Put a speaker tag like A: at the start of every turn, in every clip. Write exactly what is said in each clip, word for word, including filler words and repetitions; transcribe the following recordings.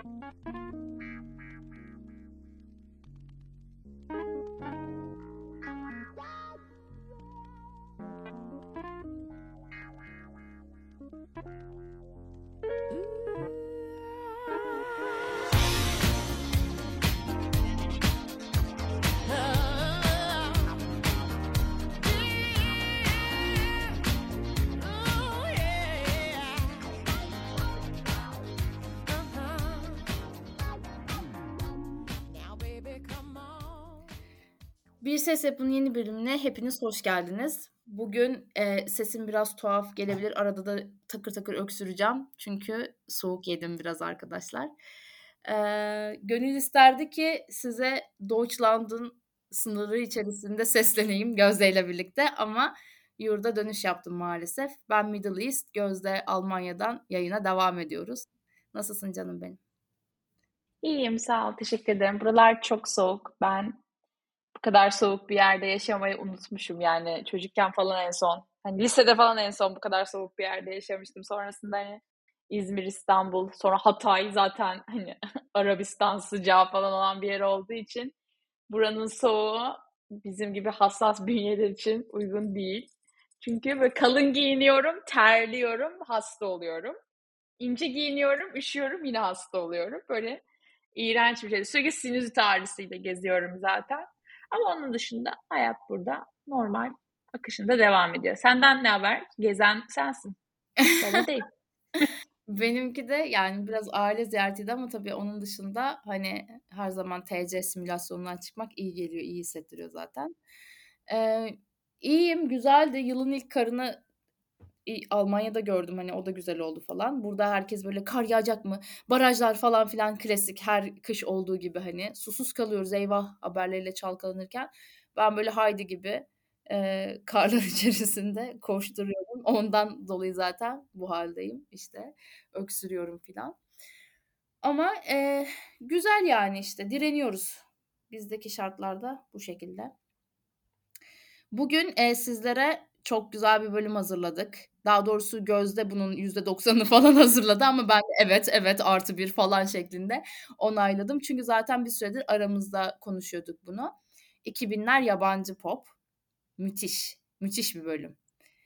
A: Bir Ses Yap'ın yeni bölümüne hepiniz hoş geldiniz. Bugün e, sesim biraz tuhaf gelebilir. Arada da takır takır öksüreceğim. Çünkü soğuk yedim biraz arkadaşlar. E, gönül isterdi ki size Deutschland'ın sınırı içerisinde sesleneyim Gözde ile birlikte. Ama yurda dönüş yaptım maalesef. Ben Middle East, Gözde Almanya'dan yayına devam ediyoruz. Nasılsın canım benim?
B: İyiyim, sağ ol. Teşekkür ederim. Buralar çok soğuk. Ben bu kadar soğuk bir yerde yaşamayı unutmuşum yani çocukken falan en son. Hani lisede falan en son bu kadar soğuk bir yerde yaşamıştım. Sonrasında hani İzmir, İstanbul, sonra Hatay zaten hani Arabistan sıcağı falan olan bir yer olduğu için buranın soğuğu bizim gibi hassas bünyeler için uygun değil. Çünkü böyle kalın giyiniyorum, terliyorum, hasta oluyorum. İnce giyiniyorum, üşüyorum, yine hasta oluyorum. Böyle iğrenç bir şey. Sürekli sinüzit ağrısıyla geziyorum zaten. Ama onun dışında hayat burada normal akışında devam ediyor. Senden ne haber? Gezen sensin. Baba değil.
A: Benimki de yani biraz aile ziyaretiydi ama tabii onun dışında hani her zaman T C simülasyonundan çıkmak iyi geliyor, iyi hissettiriyor zaten. Ee, iyiyim, güzeldi. Yılın ilk karını İ- Almanya'da gördüm hani o da güzel oldu falan. Burada herkes böyle kar yağacak mı? Barajlar falan filan klasik her kış olduğu gibi hani susuz kalıyoruz eyvah haberleriyle çalkalanırken. Ben böyle Haydi gibi e, karlar içerisinde koşturuyorum. Ondan dolayı zaten bu haldeyim işte. Öksürüyorum filan. Ama e, güzel yani işte direniyoruz. Bizdeki şartlarda bu şekilde. Bugün e, sizlere çok güzel bir bölüm hazırladık. Daha doğrusu Gözde bunun yüzde doksanını falan hazırladı ama ben de evet evet artı bir falan şeklinde onayladım. Çünkü zaten bir süredir aramızda konuşuyorduk bunu. iki binler yabancı pop. Müthiş. Müthiş bir bölüm.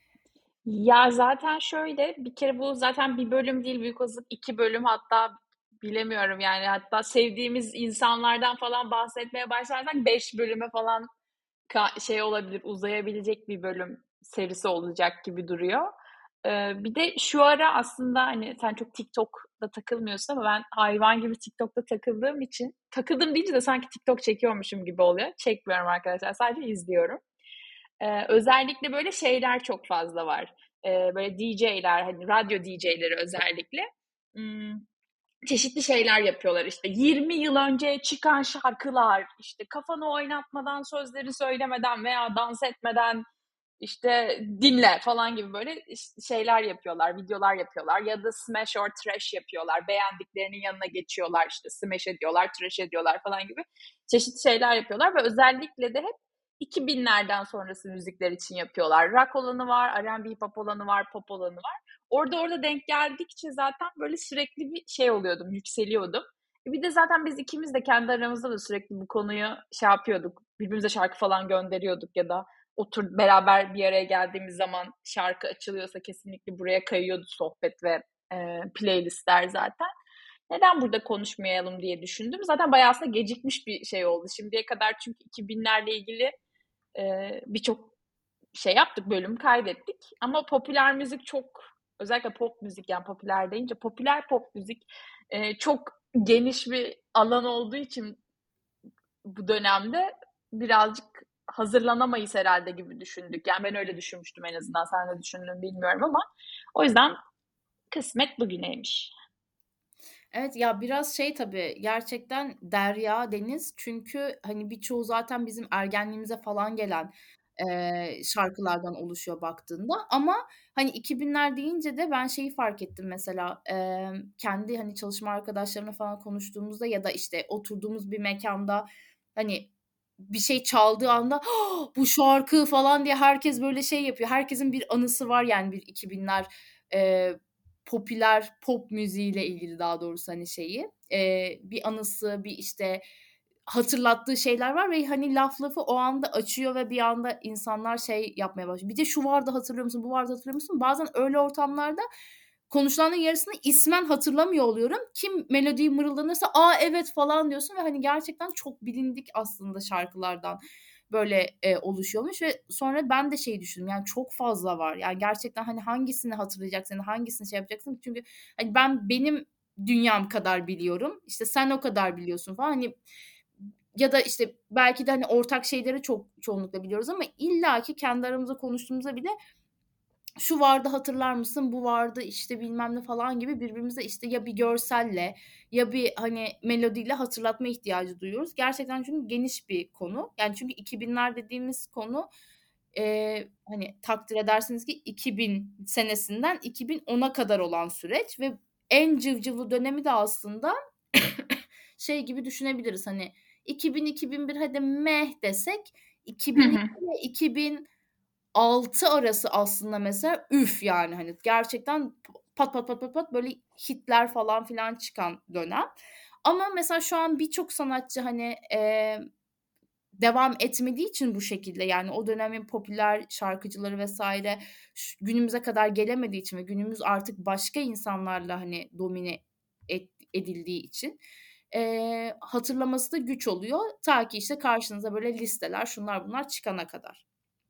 B: Ya zaten şöyle bir kere bu zaten bir bölüm değil büyük olasılık iki bölüm hatta bilemiyorum yani hatta sevdiğimiz insanlardan falan bahsetmeye başlarsak beş bölüme falan ka- şey olabilir, uzayabilecek bir bölüm serisi olacak gibi duruyor. Ee, bir de şu ara aslında hani sen çok TikTok'ta takılmıyorsun ama ben hayvan gibi TikTok'ta takıldığım için takıldım deyince de sanki TikTok çekiyormuşum gibi oluyor. Çekmiyorum arkadaşlar, sadece izliyorum. Ee, özellikle böyle şeyler çok fazla var. Ee, böyle D J'ler, hani radyo D J'leri özellikle. Hmm, çeşitli şeyler yapıyorlar işte yirmi yıl önce çıkan şarkılar işte kafanı oynatmadan sözleri söylemeden veya dans etmeden işte dinle falan gibi böyle şeyler yapıyorlar, videolar yapıyorlar ya da smash or trash yapıyorlar, beğendiklerinin yanına geçiyorlar, işte smash ediyorlar, trash ediyorlar falan gibi çeşitli şeyler yapıyorlar ve özellikle de hep iki binlerden sonrası müzikler için yapıyorlar. Rock olanı var, R and B pop olanı var, pop olanı var. Orada orada denk geldikçe zaten böyle sürekli bir şey oluyordum, yükseliyordum. E bir de zaten biz ikimiz de kendi aramızda da sürekli bu konuyu şey yapıyorduk. Birbirimize şarkı falan gönderiyorduk ya da otur beraber bir araya geldiğimiz zaman şarkı açılıyorsa kesinlikle buraya kayıyordu sohbet ve e, playlistler zaten. Neden burada konuşmayalım diye düşündüm. Zaten bayağı aslında gecikmiş bir şey oldu. Şimdiye kadar çünkü iki binlerle ilgili e, birçok şey yaptık, bölüm kaydettik. Ama popüler müzik çok, özellikle pop müzik, yani popüler deyince popüler pop müzik e, çok geniş bir alan olduğu için bu dönemde birazcık hazırlanamayız herhalde gibi düşündük. Yani ben öyle düşünmüştüm en azından. Sen ne düşündün bilmiyorum ama o yüzden kısmet bugüneymiş.
A: Evet ya biraz şey tabii gerçekten derya deniz çünkü hani birçoğu zaten bizim ergenliğimize falan gelen eee, şarkılardan oluşuyor baktığında ama hani iki binler deyince de ben şeyi fark ettim mesela eee, kendi hani çalışma arkadaşlarımla falan konuştuğumuzda ya da işte oturduğumuz bir mekanda hani bir şey çaldığı anda "Ah, bu şarkı falan diye herkes böyle şey yapıyor. Herkesin bir anısı var yani bir iki binler eee popüler pop müziğiyle ilgili daha doğrusu hani şeyi. eee, bir anısı, bir, işte, hatırlattığı şeyler var ve, hani, laf lafı o anda açıyor ve bir anda insanlar şey yapmaya başlıyor. "Bir de şu vardı hatırlıyor musun, bu vardı hatırlıyor musun?" Bazen öyle ortamlarda konuşulanların yarısını ismen hatırlamıyor oluyorum. Kim melodiyi mırıldanırsa, "A, evet!" falan diyorsun ve, hani, gerçekten çok bilindik aslında şarkılardan böyle, eee, oluşuyormuş ve sonra ben de şeyi düşündüm, yani, çok fazla var. Yani, gerçekten, hani, hangisini hatırlayacaksın, hangisini şey yapacaksın? Çünkü, hani, ben benim dünyam kadar biliyorum, işte, sen o kadar biliyorsun falan. Hani, ya da, işte, belki de, hani, ortak şeyleri çok çoğunlukla biliyoruz ama illaki kendi aramızda konuştuğumuzda bile "Şu vardı hatırlar mısın, bu vardı, işte, bilmem ne." falan gibi birbirimize, işte, ya bir görselle ya bir, hani, melodiyle hatırlatma ihtiyacı duyuyoruz. Gerçekten çünkü geniş bir konu. Yani, çünkü iki binler dediğimiz konu, eee, hani, takdir edersiniz ki iki bin senesinden iki bin ona kadar olan süreç ve en cıvcıvlı dönemi de aslında şey gibi düşünebiliriz, hani, iki bin iki bin bir hadi meh desek,
B: Hı
A: iki bin iki
B: hı.
A: ile iki bin altı arası aslında mesela üf yani, hani, gerçekten p pat, pat, pat, pat, pat böyle hitler falan filan çıkan dönem. Ama mesela şu an birçok sanatçı, hani, eee, devam etmediği için bu şekilde, yani, o dönemin popüler şarkıcıları vesaire ş günümüze kadar gelemediği için ve günümüz artık başka insanlarla, hani, domine et edildiği için, eee, hatırlaması da güç oluyor. Ta ki, işte, karşınıza böyle listeler, şunlar bunlar çıkana kadar.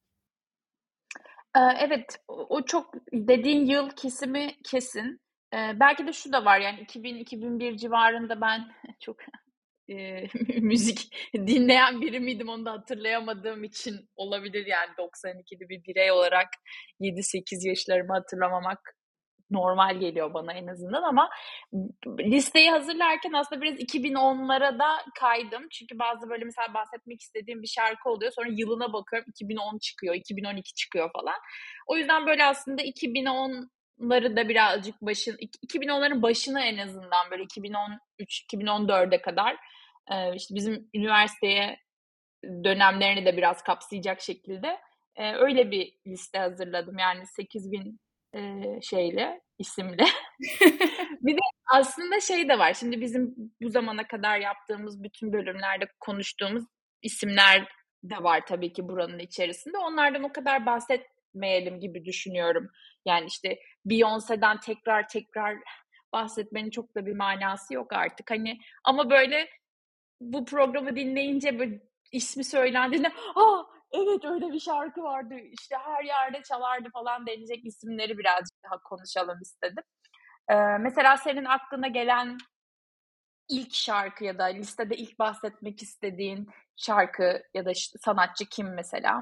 B: Eee, evet, o o çok dediğin yıl kesimi kesin. Eee, belki de şu da var, yani iki bin iki bin bir civarında ben çok, eee, müzik dinleyen biri miydim onu da hatırlayamadığım için olabilir, yani doksan ikili bir birey olarak yedi sekiz yaşlarımı hatırlamamak normal geliyor bana en azından ama listeyi hazırlarken aslında biraz iki bin onlara da kaydım. Çünkü bazı böyle mesela bahsetmek istediğim bir şarkı oluyor. Sonra yılına bakıyorum iki bin on çıkıyor, iki bin on iki çıkıyor falan. O yüzden böyle aslında iki bin onları da birazcık başın iki bin onların başına en azından böyle iki bin on üç iki bin on dörde kadar, eee, işte bizim üniversiteye dönemlerini de biraz kapsayacak şekilde, eee, öyle bir liste hazırladım. Yani sekiz bin, eee, şeyle, isimle. Bir de aslında şey de var, şimdi bizim bu zamana kadar yaptığımız bütün bölümlerde konuştuğumuz isimler de var tabii ki buranın içerisinde. Onlardan o kadar bahsetmeyelim gibi düşünüyorum. Yani, işte, Beyoncé'den tekrar tekrar bahsetmenin çok da bir manası yok artık. Hani ama böyle bu programı dinleyince, böyle, ismi söylendiğinde, "A! Evet, öyle bir şarkı vardı, işte, her yerde çalardı." falan denilecek isimleri birazcık daha konuşalım istedim. Eee, mesela senin aklına gelen ilk şarkı ya da listede ilk bahsetmek istediğin şarkı ya da ş sanatçı kim mesela?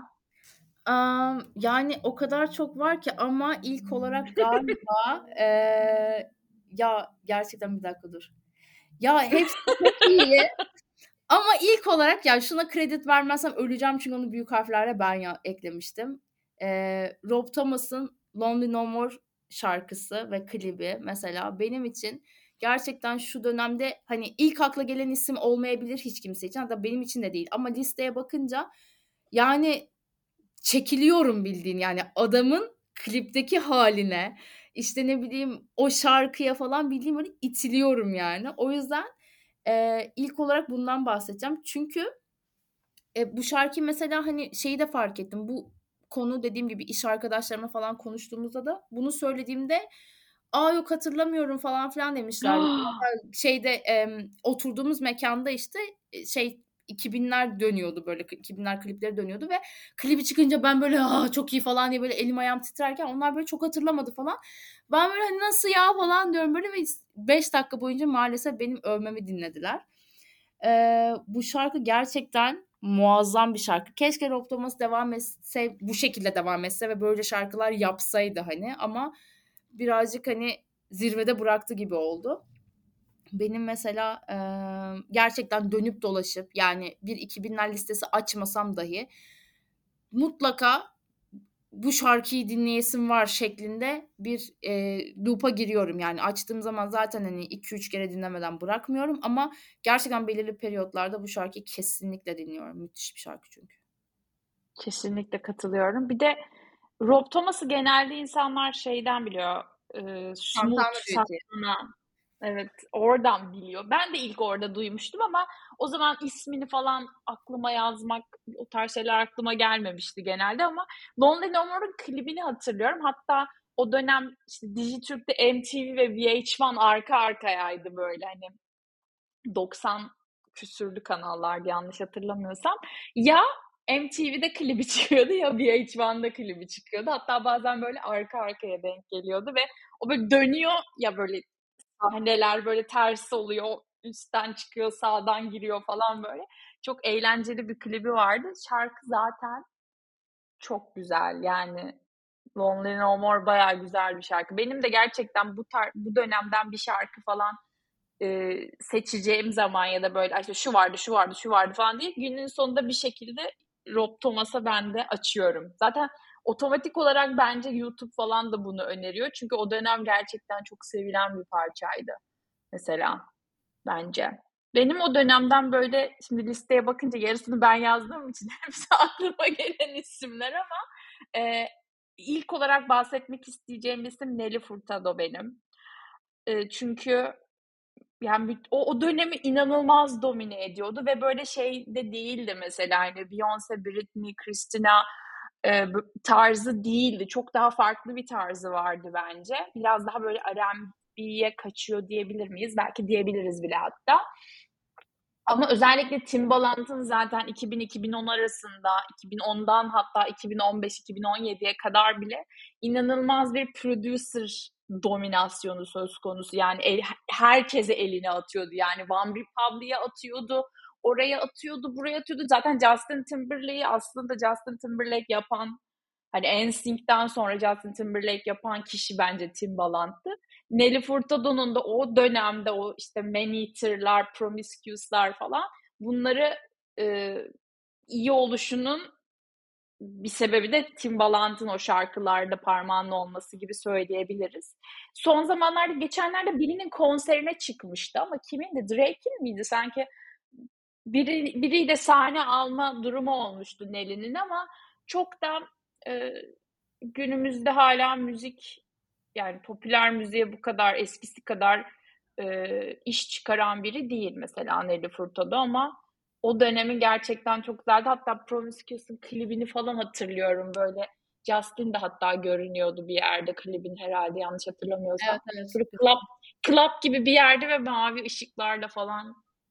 A: Amm, yani, o kadar çok var ki ama ilk olarak galiba, eee, ya, gerçekten bir dakika dur. Ya, hepsi çok iyi ama ilk olarak ya, şuna kredi vermezsem öleceğim çünkü onu büyük harflerle ben ya eklemiştim. Eee, Rob Thomas'ın "Lonely No More" şarkısı ve klibi mesela benim için gerçekten şu dönemde, hani, ilk akla gelen isim olmayabilir hiç kimse için. Hatta benim için de değil ama listeye bakınca, yani, çekiliyorum bildiğin, yani, adamın klipteki hâline, işte, ne bileyim, o şarkıya falan bildiğin böyle itiliyorum yani. O yüzden, eee, ilk olarak bundan bahsedeceğim. Çünkü, eee, bu şarkıyı mesela, hani, şeyi de fark ettim. Bu konu dediğim gibi iş arkadaşlarımla falan konuştuğumuzda da bunu söylediğimde, "A, yok hatırlamıyorum." falan filan demişlerdi. Hatta şeyde, emm, oturduğumuz mekânda, işte, eee, şey iki binler dönüyordu böyle, k iki binler klipleri dönüyordu ve klibi çıkınca ben böyle, "A, çok iyi." falan diye böyle elim ayağım titrerken onlar böyle çok hatırlamadı falan. Ben böyle, hani, "Nasıl ya?" falan diyorum böyle ve s beş dakika boyunca maalesef benim övmemi dinlediler. Eee, bu şarkı gerçekten muazzam bir şarkı. Keşke Rob Thomas devam etse, bu şekilde devam etse ve böyle şarkılar yapsaydı, hani, ama birazcık, hani, zirvede bıraktı gibi oldu. Benim mesela, emm, gerçekten dönüp dolaşıp, yani, bir iki binler listesi açmasam dahi mutlaka bu şarkıyı dinleyesim var şeklinde bir, eee, loop'a giriyorum. Yani açtığım zaman zaten, hani, iki üç kere dinlemeden bırakmıyorum ama gerçekten belirli periyotlarda bu şarkıyı kesinlikle dinliyorum. Müthiş bir şarkı çünkü.
B: Kesinlikle katılıyorum. Bir de Rob Thomas'ı genelde insanlar şeyden biliyor, eee, Smooth
A: Santana Beauty.
B: Santana. Evet, oradan biliyor. Ben de ilk orada duymuştum ama o zaman ismini falan aklıma yazmak, o tarz şeyler aklıma gelmemişti genelde ama Lonely No More'un klibini hatırlıyorum. Hatta o dönem, işte, Dijitürk'te M T V ve V H bir arka arkayaydı böyle, hani, doksan küsurlu kanallardı yanlış hatırlamıyorsam. Ya M T V'de klibi çıkıyordu ya V H bir'de klibi çıkıyordu. Hatta bazen böyle arka arkaya denk geliyordu ve o böyle dönüyor ya, böyle sahneler böyle ters oluyor, üstten çıkıyor, sağdan giriyor falan böyle. Çok eğlenceli bir klibi vardı. Şarkı zaten çok güzel. Yani Lonely No More bayağı güzel bir şarkı. Benim de gerçekten bu tar bu dönemden bir şarkı falan, eee, seçeceğim zaman ya da böyle, "Ay, işte şu vardı, şu vardı, şu vardı." falan diye günün sonunda bir şekilde Rob Thomas'a ben de açıyorum. Zaten otomatik olarak bence YouTube falan da bunu öneriyor. Çünkü o dönem gerçekten çok sevilen bir parçaydı mesela bence. Benim o dönemden böyle şimdi listeye bakınca yarısını ben yazdığım için hepsi aklıma gelen isimler ama, eee, ilk olarak bahsetmek isteyeceğim isim Nelly Furtado benim. Eee, çünkü yani büt o o dönemi inanılmaz domine ediyordu ve böyle şey de değildi mesela, hani, Beyoncé, Britney, Christina, eee, bö tarzı değildi. Çok daha farklı bir tarzı vardı bence. Biraz daha böyle R and B'ye kaçıyor diyebilir miyiz? Belki diyebiliriz bile hatta. Ama özellikle Timbaland'ın zaten iki bin-iki bin on arasında, iki bin ondan hatta iki bin on beş-iki bin on yediye kadar bile inanılmaz bir producer dominasyonu söz konusu. Yani el herkese eline atıyordu. Yani One Republic'e atıyordu, oraya atıyordu, buraya atıyordu. Zaten Justin Timberlake'i aslında Justin Timberlake yapan, hani NSYNC'ten sonra Justin Timberlake yapan kişi bence Timbaland'tı. Nelly Furtado'nun da o dönemde o işte Maneater'lar, Promiscuous'lar falan bunları, eee, iyi oluşunun bir sebebi de Timbaland'ın o şarkılarda parmağının olması gibi söyleyebiliriz. Son zamanlarda, geçenlerde birinin konserine çıkmıştı ama kimindi? Drake'in miydi? Sanki biri biriyle sahne alma durumu olmuştu Nelly'nin ama çok da, eee, günümüzde hâlâ müzik, yani popüler müziğe bu kadar, eskisi kadar, eee, iş çıkaran biri değil mesela Nelly Furtado ama o dönemi gerçekten çok güzeldi. Hatta Promiscuous'un klibini falan hatırlıyorum böyle. Justin de hatta görünüyordu bir yerde klibin herhâlde yanlış hatırlamıyorsam.
A: Evet, evet.
B: Böyle club
A: Güzel.
B: club gibi bir yerde ve mavi ışıklarla falan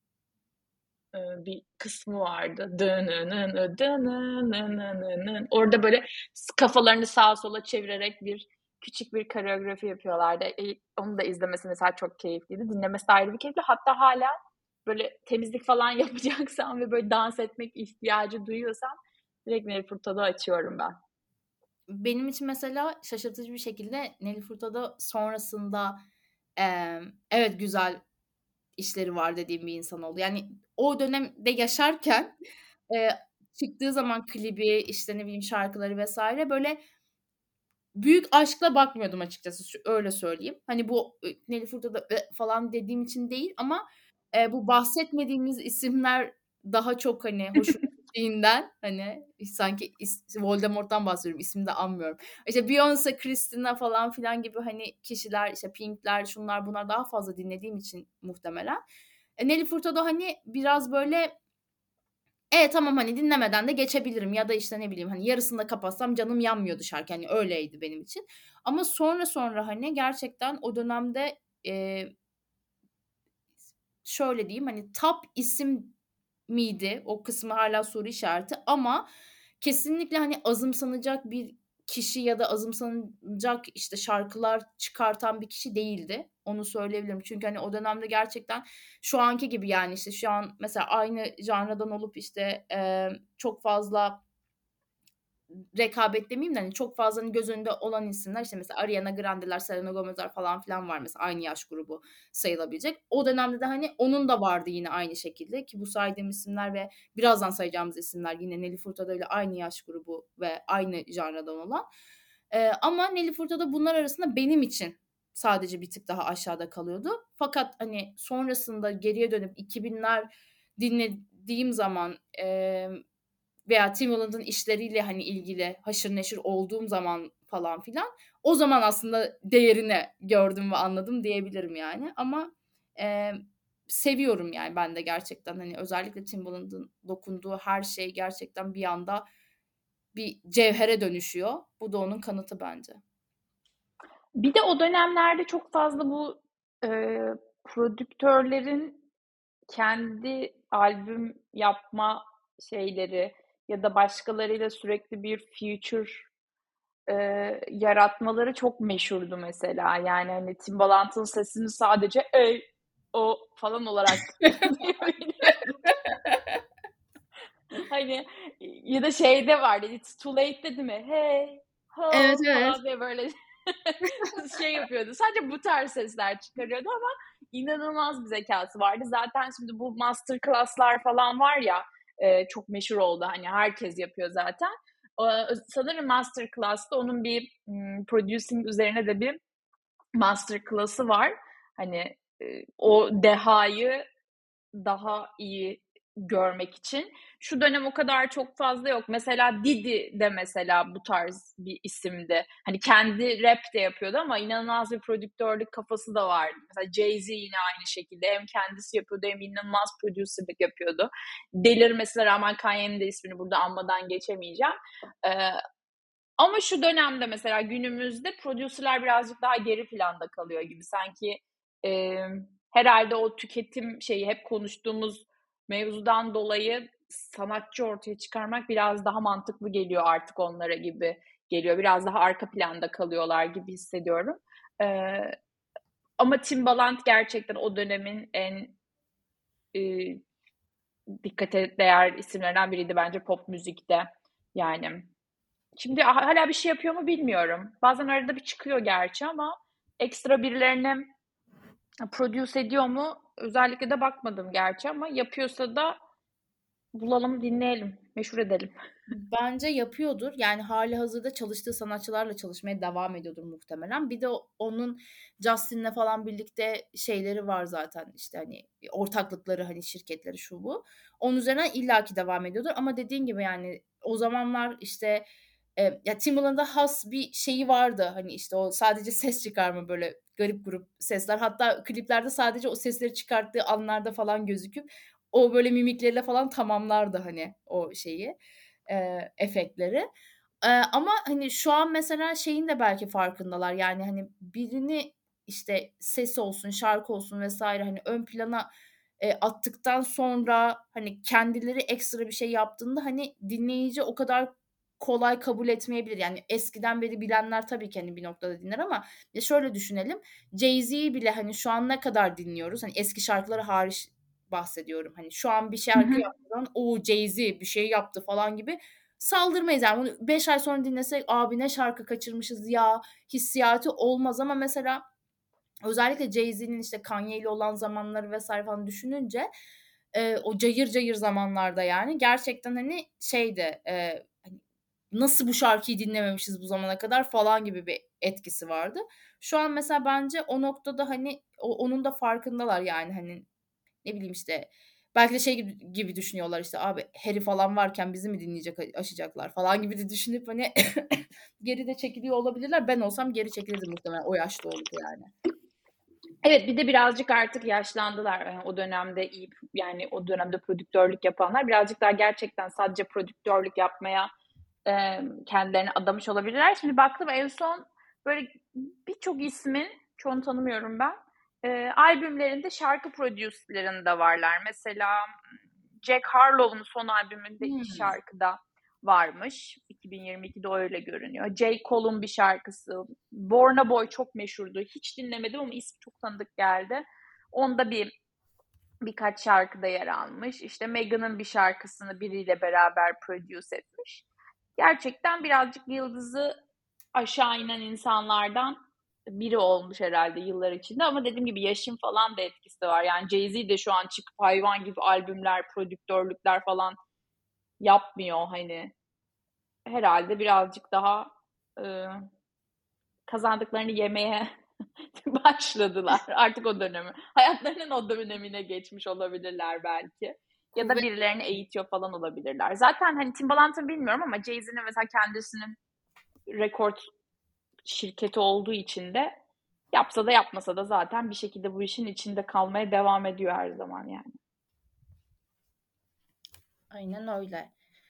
B: Eee, bir kısmı vardı. Dınınını, dınınınınının. Orada böyle s kafalarını sağa sola çevirerek bir küçük bir koreografi yapıyorlardı. Eee, onu da izlemesi mesela çok keyifliydi. Dinlemesi de ayrı bir keyifli. Hatta hâlâ böyle temizlik falan yapacaksam ve böyle dans etmek ihtiyacı duyuyorsam direkt Nelly Furtado açıyorum ben.
A: Benim için mesela şaşırtıcı bir şekilde Nelly Furtado sonrasında, emm, evet, güzel işleri var dediğim bir insan oldu. Yani o dönemde yaşarken, eee, çıktığı zaman klibi, işte, ne bileyim, şarkıları vesaire böyle büyük aşkla bakmıyordum açıkçası, şu öyle söyleyeyim. Hani bu, ııı, Nelly Furtado ı falan dediğim için değil ama, eee, bu bahsetmediğimiz isimler daha çok, hani, hoşuma gittiğinden, hani, sanki is Voldemort'tan bahsediyorum, ismini de anmıyorum. İşte Beyoncé, Christina falan filan gibi, hani, kişiler, işte Pink'ler, şunlar bunlar daha fazla dinlediğim için muhtemelen. E, Nelly Furtado, hani, biraz böyle evet, tamam, hani, dinlemeden de geçebilirim ya da, işte, ne bileyim, hani, yarısında kapatsam canım yanmıyordu şarkı, hani, öyleydi benim için. Ama sonra sonra, hani, gerçekten o dönemde, eee, şöyle diyeyim, hani, top isim miydi? O kısmı hâlâ soru işareti ama kesinlikle, hani, azımsanacak bir kişi ya da azımsanacak, işte, şarkılar çıkartan bir kişi değildi. Onu söyleyebilirim. Çünkü, hani, o dönemde gerçekten şu anki gibi, yani, işte, şu an mesela aynı janradan olup, işte, emm, çok fazla rekabet demeyeyim de, hani, çok fazla, hani, göz önünde olan isimler, işte, mesela Ariana Grande'ler, Selena Gomez'ler falan filan var mesela aynı yaş grubu sayılabilecek. O dönemde de, hani, onun da vardı yine aynı şekilde ki bu saydığım isimler ve birazdan sayacağımız isimler yine Nelly Furtado ile aynı yaş grubu ve aynı janradan olan. Eee, ama Nelly Furtado bunlar arasında benim için sadece bir tık daha aşağıda kalıyordu. Fakat, hani, sonrasında geriye dönüp iki binler dinlediğim zaman, emm veya Timbaland'ın işleriyle, hani, ilgili haşır neşir olduğum zaman falan filan, o zaman aslında değerini gördüm ve anladım diyebilirim yani. Ama, emm, seviyorum yani ben de gerçekten. Hani, özellikle Timbaland'ın dokunduğu her şey gerçekten bir anda bir cevhere dönüşüyor. Bu da onun kanıtı bence.
B: Bir de o dönemlerde çok fazla bu, eee, prodüktörlerin kendi albüm yapma şeyleri ya da başkalarıyla sürekli bir feature, eee, yaratmaları çok meşhurdu mesela. Yani, hani, Timbaland'ın sesini sadece "ey, o" falan olarak duyabiliyorduk. Hani, ya da şeyde vardı, "It's too late'de" değil mi? "Hey,
A: Evet,
B: ho"
A: evet.
B: falan diye böyle şey yapıyordu. Sadece bu tarz sesler çıkarıyordu ama inanılmaz bir zekâsı vardı. Zaten şimdi bu master class'lar falan var ya, eee, çok meşhur oldu. Hani herkes yapıyor zaten. Aaa, sanırım master class'ta onun bir, ımm, producing üzerine de bir master class'ı var. Hani, eee, o dehayı daha iyi görmek için. Şu dönem o kadar çok fazla yok. Mesela Diddy de mesela bu tarz bir isimdi. Hani kendi rap de yapıyordu ama inanılmaz bir prodüktörlük kafası da vardı. Mesela Jay-Z yine aynı şekilde hem kendisi yapıyordu hem inanılmaz producer'lık yapıyordu. Delirmesine rağmen Kanye'nin de ismini burada anmadan geçemeyeceğim. Eee, ama şu dönemde mesela günümüzde producer'lar birazcık daha geri planda kalıyor gibi. Sanki, emm, herhâlde o tüketim şeyi, hep konuştuğumuz mevzudan dolayı sanatçı ortaya çıkarmak biraz daha mantıklı geliyor artık onlara gibi geliyor. Biraz daha arka planda kalıyorlar gibi hissediyorum. Eee, ama Timbaland gerçekten o dönemin en, eee, dikkate değer isimlerinden biriydi bence pop müzikte. Yani Şimdi ha hâlâ bir şey yapıyor mu bilmiyorum. Bazen arada bir çıkıyor gerçi ama ekstra birilerine produce ediyor mu? Özellikle de bakmadım gerçi ama yapıyorsa da bulalım, dinleyelim, meşhur edelim.
A: Bence yapıyordur. Yani hâlihazırda çalıştığı sanatçılarla çalışmaya devam ediyordur muhtemelen. Bir de o onun Justin'le falan birlikte şeyleri var zaten, işte, hani, ortaklıkları, hani, şirketleri, şu bu. Onun üzerinden illaki devam ediyordur ama dediğin gibi, yani, o zamanlar, işte, eee, ya, Timbaland'a has bir şeyi vardı. Hani, işte, o sadece ses çıkarma, böyle, garip grup sesler. Hatta kliplerde sadece o sesleri çıkarttığı anlarda falan gözüküp o, böyle, mimikleriyle falan tamamlardı, hani, o şeyi, eee, efektleri. Eee, ama, hani, şu an mesela şeyin de belki farkındalar, yani, hani, birini, işte, ses olsun, şarkı olsun vesaire hani, ön plana, eee, attıktan sonra, hani, kendileri ekstra bir şey yaptığında, hani, dinleyici o kadar kolay kabul etmeyebilir. Yani, eskiden beri bilenler tabii ki, hani, bir noktada dinler ama ya, şöyle düşünelim, Jay-Z'yi bile, hani, şu an ne kadar dinliyoruz? Hani, eski şarkıları hariç bahsediyorum. Hani, şu an bir
B: Hı
A: şarkı
B: hı.
A: yaptığı zaman, "O, Jay-Z bir şey yaptı." falan gibi saldırmayız. Yani, bunu beş ay sonra dinlesek, "Abi ne şarkı kaçırmışız ya." hissiyatı olmaz ama mesela özellikle Jay-Z'nin, işte, Kanye ile olan zamanları vesaire falan düşününce, eee, o cayır cayır zamanlarda, yani, gerçekten, hani, şeydi, eee, hani, "Nasıl bu şarkıyı dinlememişiz bu zamana kadar?" falan gibi bir etkisi vardı. Şu an mesela bence o noktada, hani, o onun da farkındalar, yani, hani, ne bileyim, işte, belki de şey gibi gibi düşünüyorlar, işte, "Abi Harry falan varken bizi mi dinleyecek, aşacaklar?" falan gibi de düşünüp, hani, geri de çekiliyor olabilirler. Ben olsam geri çekilirdim muhtemelen o yaşta olup yani.
B: Evet, bir de birazcık artık yaşlandılar. Eee, o dönemde iyi yani o dönemde prodüktörlük yapanlar birazcık daha gerçekten sadece prodüktörlük yapmaya, emm, kendilerini adamış olabilirler. Şimdi baktım en son böyle birçok ismin, çoğunu tanımıyorum ben, eee, albümlerinde şarkı prodüslerinde varlar. Mesela, ımm, Jack Harlow'un son albümünde iki
A: Hımm.
B: şarkı da varmış. iki bin yirmi ikide öyle görünüyor. J. Cole'un bir şarkısı, Burna Boy çok meşhurdu. Hiç dinlemedim ama ismi çok tanıdık geldi. Onda bir birkaç şarkıda yer almış. İşte Megan'ın bir şarkısını biriyle beraber produce etmiş. Gerçekten birazcık yıldızı aşağı inen insanlardan biri olmuş herhâlde yıllar içinde ama dediğim gibi yaşın falan da etkisi var. Yani Jay-Z de şu an çıkıp hayvan gibi albümler, prodüktörlükler falan yapmıyor hani. Herhâlde birazcık daha, ııı, kazandıklarını yemeye başladılar. Artık o dönemi hayatlarının o dönemine geçmiş olabilirler belki. ya da
A: Kuvvet
B: birilerini eğitiyor falan olabilirler. Zaten hani Timbaland'ı bilmiyorum ama Jay-Z'nin mesela kendisinin rekord şirketi olduğu için de yapsa da yapmasa da zaten bir şekilde bu işin içinde kalmaya devam ediyor her zaman yani.
A: Aynen öyle.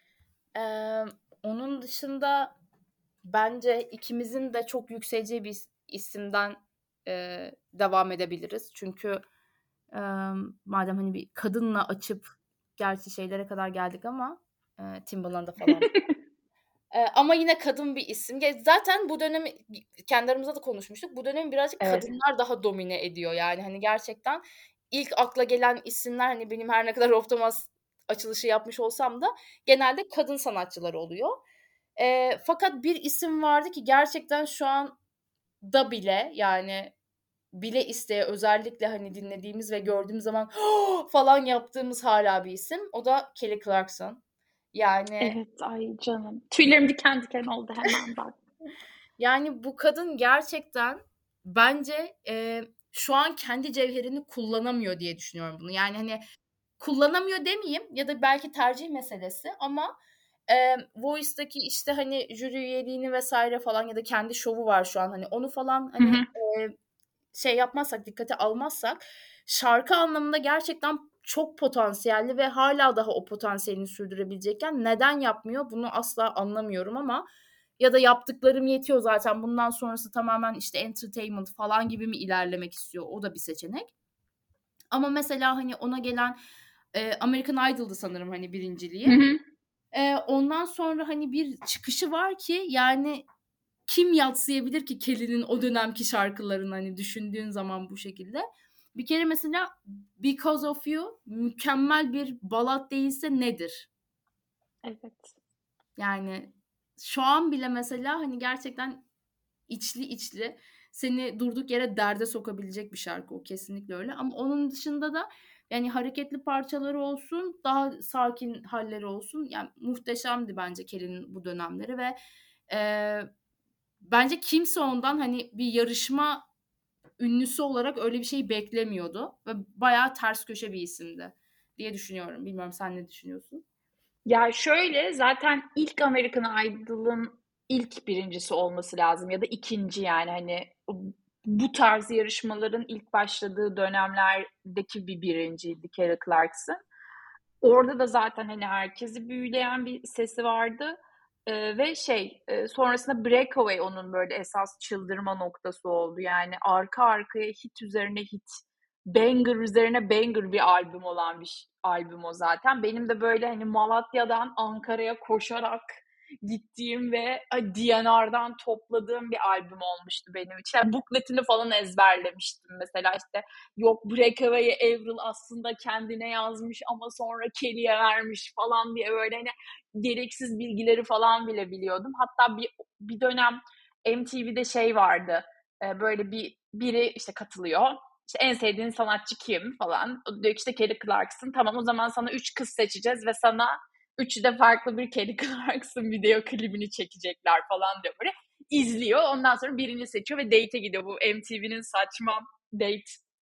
A: Eee, Onun dışında bence ikimizin de çok yükseleceği bir isimden, eee, devam edebiliriz. Çünkü, emm, madem, hani, bir kadınla açıp gerçi şeylere kadar geldik ama, eee, Timbaland'a falan. Eee, ama yine kadın bir isim. Ya, zaten bu dönemi kendi aramızda da konuşmuştuk. Bu dönemi birazcık
B: Evet.
A: kadınlar daha domine ediyor. Yani, hani, gerçekten ilk akla gelen isimler, hani, benim her ne kadar Roftamas açılışı yapmış olsam da genelde kadın sanatçılar oluyor. Eee, fakat bir isim vardı ki gerçekten şu anda bile, yani, bile isteye özellikle, hani, dinlediğimiz ve gördüğümüz zaman falan yaptığımız hâlâ bir isim. O da Kelly Clarkson. Yani
B: Evet, ay canım. Tüylerim diken diken oldu hemen bak.
A: Yani, bu kadın gerçekten bence, eee, şu an kendi cevherini kullanamıyor diye düşünüyorum bunu. Yani, hani, kullanamıyor demeyeyim ya da belki tercih meselesi ama, emm, Voice'daki, işte, hani, jüri üyeliğini vesaire falan ya da kendi şovu var şu an, hani, onu falan,
B: Hı
A: hani,
B: hı.
A: eee, şey yapmazsak, dikkate almazsak şarkı anlamında gerçekten çok potansiyelli ve hâlâ daha o potansiyelini sürdürebilecekken neden yapmıyor bunu asla anlamıyorum ama ya da yaptıklarım yetiyor zaten bundan sonrası tamamen, işte, entertainment falan gibi mi ilerlemek istiyor? O da bir seçenek. Ama mesela, hani, ona gelen, eee, American Idol'dı sanırım, hani,
B: Hı
A: birinciliği.
B: hı.
A: Eee, ondan sonra, hani, bir çıkışı var ki yani kim yadsıyabilir ki Kelly'nin o dönemki şarkılarını, hani, düşündüğün zaman bu şekilde. Bir kere mesela "Because of You" mükemmel bir ballad değilse nedir?
B: Evet.
A: Yani şu an bile mesela, hani, gerçekten içli içli seni durduk yere derde sokabilecek bir şarkı o, kesinlikle öyle ama onun dışında da, yani, hareketli parçaları olsun, daha sakin hâlleri olsun, yani, muhteşemdi bence Kelly'nin bu dönemleri ve, eee, bence kimse ondan, hani, bir yarışma ünlüsü olarak öyle bir şey beklemiyordu ve bayağı ters köşe bir isimdi diye düşünüyorum. Bilmiyorum sen ne düşünüyorsun?
B: Ya, şöyle, zaten ilk American Idol'ın ilk birincisi olması lazım ya da ikinci yani, hani, bu tarz yarışmaların ilk başladığı dönemlerdeki bir birinciydi Kelly Clarkson. Orada da zaten, hani, herkesi büyüleyen bir sesi vardı, eee, ve şey, eee, sonrasında Breakaway onun böyle esas çıldırma noktası oldu. Yani arka arkaya hit üzerine hit, banger üzerine banger bir albüm olan bir ş albüm o zaten. Benim de böyle, hani, Malatya'dan Ankara'ya koşarak gittiğim ve a D and R'dan topladığım bir albüm olmuştu benim için. Yani bukletini falan ezberlemiştim mesela, işte, yok Breakaway'i Avril aslında kendine yazmış ama sonra Kelly'ye vermiş falan diye böyle, hani, gereksiz bilgileri falan bile biliyordum. Hatta bir bir dönem M T V'de şey vardı, eee, böyle bir biri, işte, katılıyor. İşte, "En sevdiğin sanatçı kim?" falan. O diyor ki, işte, "Kelly Clarkson." "Tamam, o zaman sana üç kız seçeceğiz ve sana üçü de farklı bir Kelly Clarkson video klibini çekecekler." falan diyor böyle. İzliyor. Ondan sonra birini seçiyor ve date'e gidiyor. Bu M T V'nin saçma date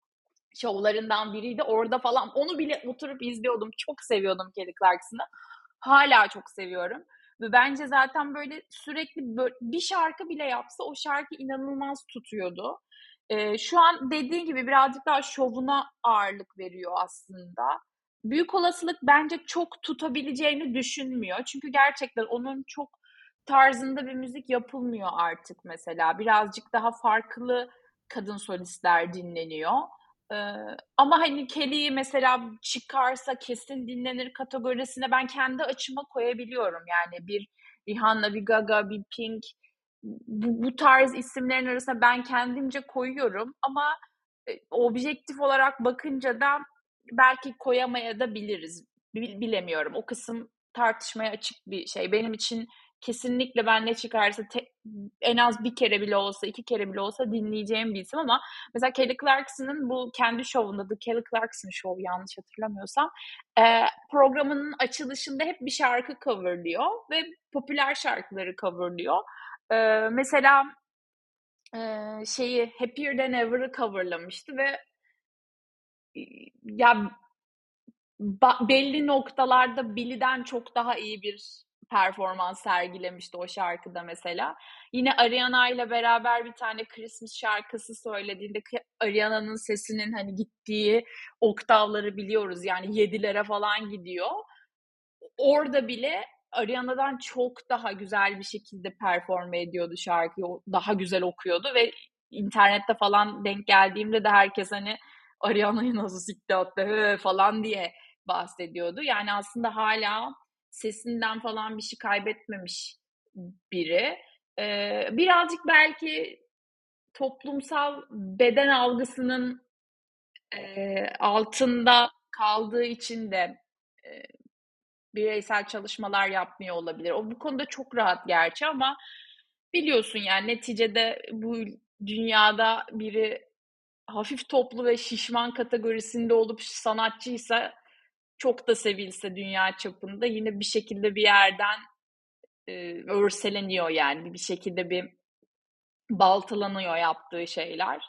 B: şovlarından biriydi. Orada falan onu bile oturup izliyordum. Çok seviyordum Kelly Clarkson'ı. Hâlâ çok seviyorum ve bence zaten böyle sürekli bö bir şarkı bile yapsa o şarkı inanılmaz tutuyordu. Eee, şu an dediğin gibi birazcık daha şovuna ağırlık veriyor aslında. Büyük olasılık bence çok tutabileceğini düşünmüyor. Çünkü gerçekten onun çok tarzında bir müzik yapılmıyor artık mesela. Birazcık daha farklı kadın solistler dinleniyor. Eee, ama, hani, Kelly'yi mesela çıkarsa kesin dinlenir kategorisine ben kendi açıma koyabiliyorum. Yani bir Rihanna, bir Gaga, bir Pink, bu bu tarz isimlerin arasına ben kendimce koyuyorum ama, eee, objektif olarak bakınca da belki koyamayabiliriz. Bil bilemiyorum. O kısım tartışmaya açık bir şey. Benim için kesinlikle ben ne çıkarsa te en az bir kere bile olsa, iki kere bile olsa dinleyeceğim bir isim ama mesela Kelly Clarkson'ın bu kendi şovunda The Kelly Clarkson Show yanlış hatırlamıyorsam, eee, programının açılışında hep bir şarkı coverlıyor ve popüler şarkıları coverlıyor. Eee, mesela, eee, şeyi Happier Than Ever'ı coverlamıştı ve, iii, ya ba belli noktalarda Billie'den çok daha iyi bir performans sergilemişti o şarkıda mesela. Yine Ariana'yla beraber bir tane Christmas şarkısı söylediğinde ki Ariana'nın sesinin, hani, gittiği oktavları biliyoruz, yani yedilere falan gidiyor. Orada bile Ariana'dan çok daha güzel bir şekilde performe ediyordu şarkıyı. O daha güzel okuyordu ve internette falan denk geldiğimde de herkes, hani, "Ariana'yı nasıl sikti attı, hı" falan diye bahsediyordu. Yani aslında hâlâ sesinden falan bir şey kaybetmemiş biri. Eee, birazcık belki toplumsal beden algısının, eee, altında kaldığı için de, eee, bireysel çalışmalar yapmıyor olabilir. O bu konuda çok rahat gerçi ama biliyorsun yani neticede bu dünyada biri hafif toplu ve şişman kategorisinde olup sanatçıysa, çok da sevilse dünya çapında yine bir şekilde bir yerden, eee, örseleniyor yani. Bir şekilde bir baltalanıyor yaptığı şeyler.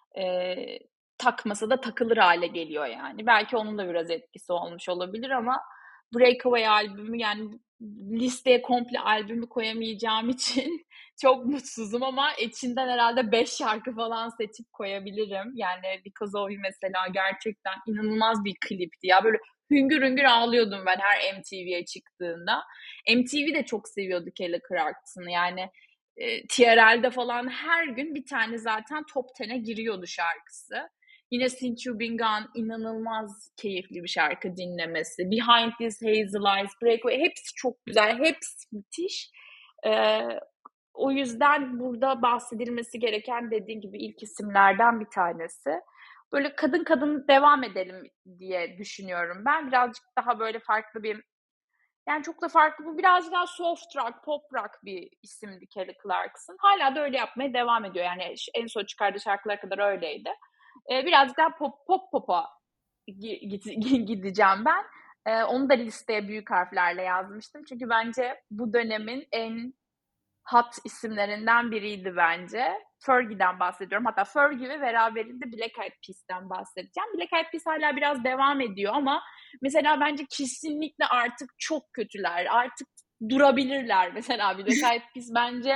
B: Eee, takmasa da takılır hâle geliyor yani. Belki onun da biraz etkisi olmuş olabilir ama Breakaway albümü, yani, listeye komple albümü koyamayacağım için çok mutsuzum ama içinden herhâlde beş şarkı falan seçip koyabilirim. Yani Because of You mesela gerçekten inanılmaz bir klipti ya. Böyle hüngür hüngür ağlıyordum ben her M T V'ye çıktığında. M T V de çok seviyordu Kelly Clarkson'ı yani, eee, T R L'de falan her gün bir tane zaten top ten'e giriyordu şarkısı. Yine Since You've Been Gone inanılmaz keyifli bir şarkı dinlemesi. Behind These Hazel Eyes, Breakaway hepsi çok güzel, hepsi müthiş. Eee, o yüzden burada bahsedilmesi gereken dediğin gibi ilk isimlerden bir tanesi. Böyle kadın kadın devam edelim diye düşünüyorum ben. Birazcık daha böyle farklı bir, yani çok da farklı, bu birazcık daha soft rock, pop rock bir isimdi Kelly Clarkson. Hâlâ da öyle yapmaya devam ediyor. Yani ş en son çıkardığı şarkılara kadar öyleydi. Eee, birazcık daha pop pop pop'a gi git gideceğim ben. Eee, onu da listeye büyük harflerle yazmıştım. Çünkü bence bu dönemin en hot isimlerinden biriydi bence. Fergie'den bahsediyorum. Hatta Fergie ve beraberinde Black Eyed Peas'ten bahsedeceğim. Black Eyed Peas hâlâ biraz devam ediyor ama mesela bence kesinlikle artık çok kötüler. Artık durabilirler mesela Black Eyed Peas bence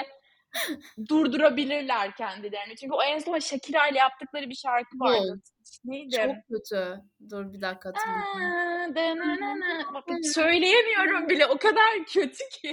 B: durdurabilirler kendilerini. Çünkü o en son Shakira ile yaptıkları bir şarkı vardı.
A: Yok,
B: Neydi?
A: çok kötü. Dur bir dakika hatırlayacağım.
B: A, dananana bak söyleyemiyorum bile o kadar kötü ki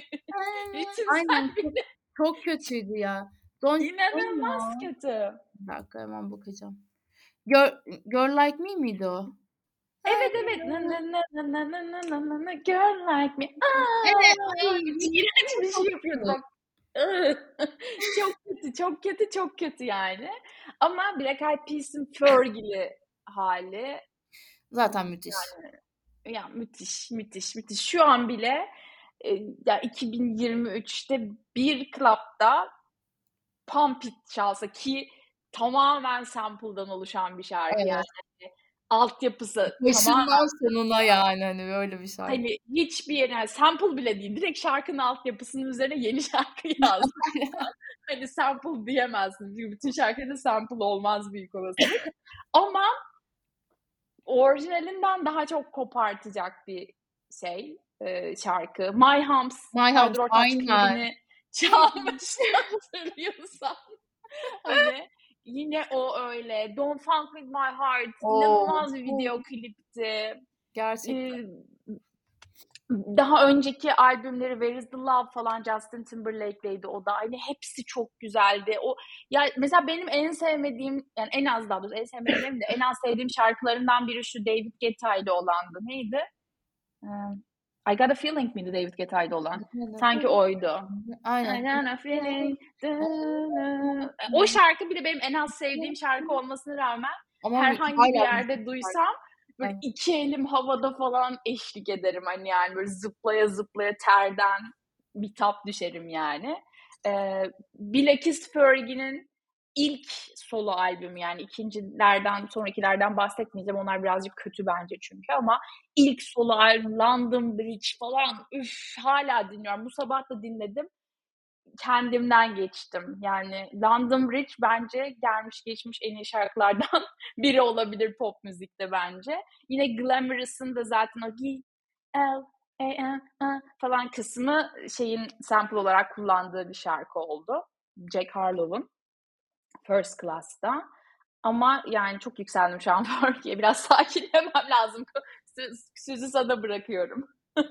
B: ritimsel
A: Aynen, çok
B: bile
A: çok kötüydü ya. Don't Don't
B: İnanılmaz
A: ya.
B: kötü.
A: Bir dakika hemen bakacağım. Girl Girl Like Me miydi o?
B: Evet, evet. Na na na na na na na na na na girl like me. A!
A: Evet,
B: Ay,
A: ay
B: iğrenç bir şey
A: çok
B: yapıyordu
A: kötü.
B: bak. Iı. Çok kötü, çok kötü, çok kötü yani. Ama Black Eyed Peas'in Fergie'li hâli
A: Zaten müthiş.
B: yani, ya müthiş, müthiş, müthiş. Şu an bile, eee, ya iki bin yirmi üçte bir klapta Pump It çalsa ki tamamen sample'dan oluşan bir şarkı yani.
A: Evet.
B: Hani altyapısı tamamen
A: Başından sonuna
B: sample'dan.
A: yani, hani, öyle bir şarkı.
B: Hani hiçbir yere, yani sample bile değil, direkt şarkının altyapısının üzerine yeni şarkı yazmışlar. Hani sample diyemezsin. Çünkü bütün şarkılarda sample olmaz büyük olasılık. Ama orijinalinden daha çok kopartacak bir şey, eee, şarkı. My Humps,
A: My House,
B: Haydar Ortaç
A: aynen.
B: klibini çalmıştı hatırlıyorsan. Hani yine o öyle. Don't Funk With My Heart
A: O!
B: inanılmaz bir
A: Çok
B: video klipti.
A: gerçekten.
B: Eee, daha önceki albümleri Where Is The Love falan Justin Timberlake'leydi o da. Hani hepsi çok güzeldi. O ya mesela benim en sevmediğim, yani en az daha doğrusu en sevmediğim demeyeyim de en az sevdiğim şarkılarından biri şu David Guetta ile olandı. Neydi? Eee, I Got a Feeling miydi David Guetta ile olan? Sanki oydu. I
A: Aynen.
B: got a feeling. O şarkı bile benim en az sevdiğim şarkı olmasına rağmen
A: Ama mü
B: herhangi bir
A: hâlâ müthiş
B: yerde
A: bir şarkı.
B: duysam böyle
A: Evet.
B: iki elim havada falan eşlik ederim. Hani, yani, böyle zıplaya zıplaya terden bitap düşerim yani. Eee, bilakis Fergie'nin ilk solo albümü, yani ikincilerden, sonrakilerden bahsetmeyeceğim. Onlar birazcık kötü bence çünkü ama ilk solo albüm London Bridge falan, üf, hâlâ dinliyorum. Bu sabah da dinledim. kendimden geçtim. Yani London Bridge bence gelmiş geçmiş en iyi şarkılardan biri olabilir pop müzikte bence. Yine Glamorous'ın da zaten o G L A N A falan kısmı şeyin sample olarak kullandığı bir şarkı oldu. Jack Harlow'un First Class'ta. Ama yani çok yükseldim şu an Fergie'ye. Biraz sakinlemem lazım. Sözü sana bırakıyorum.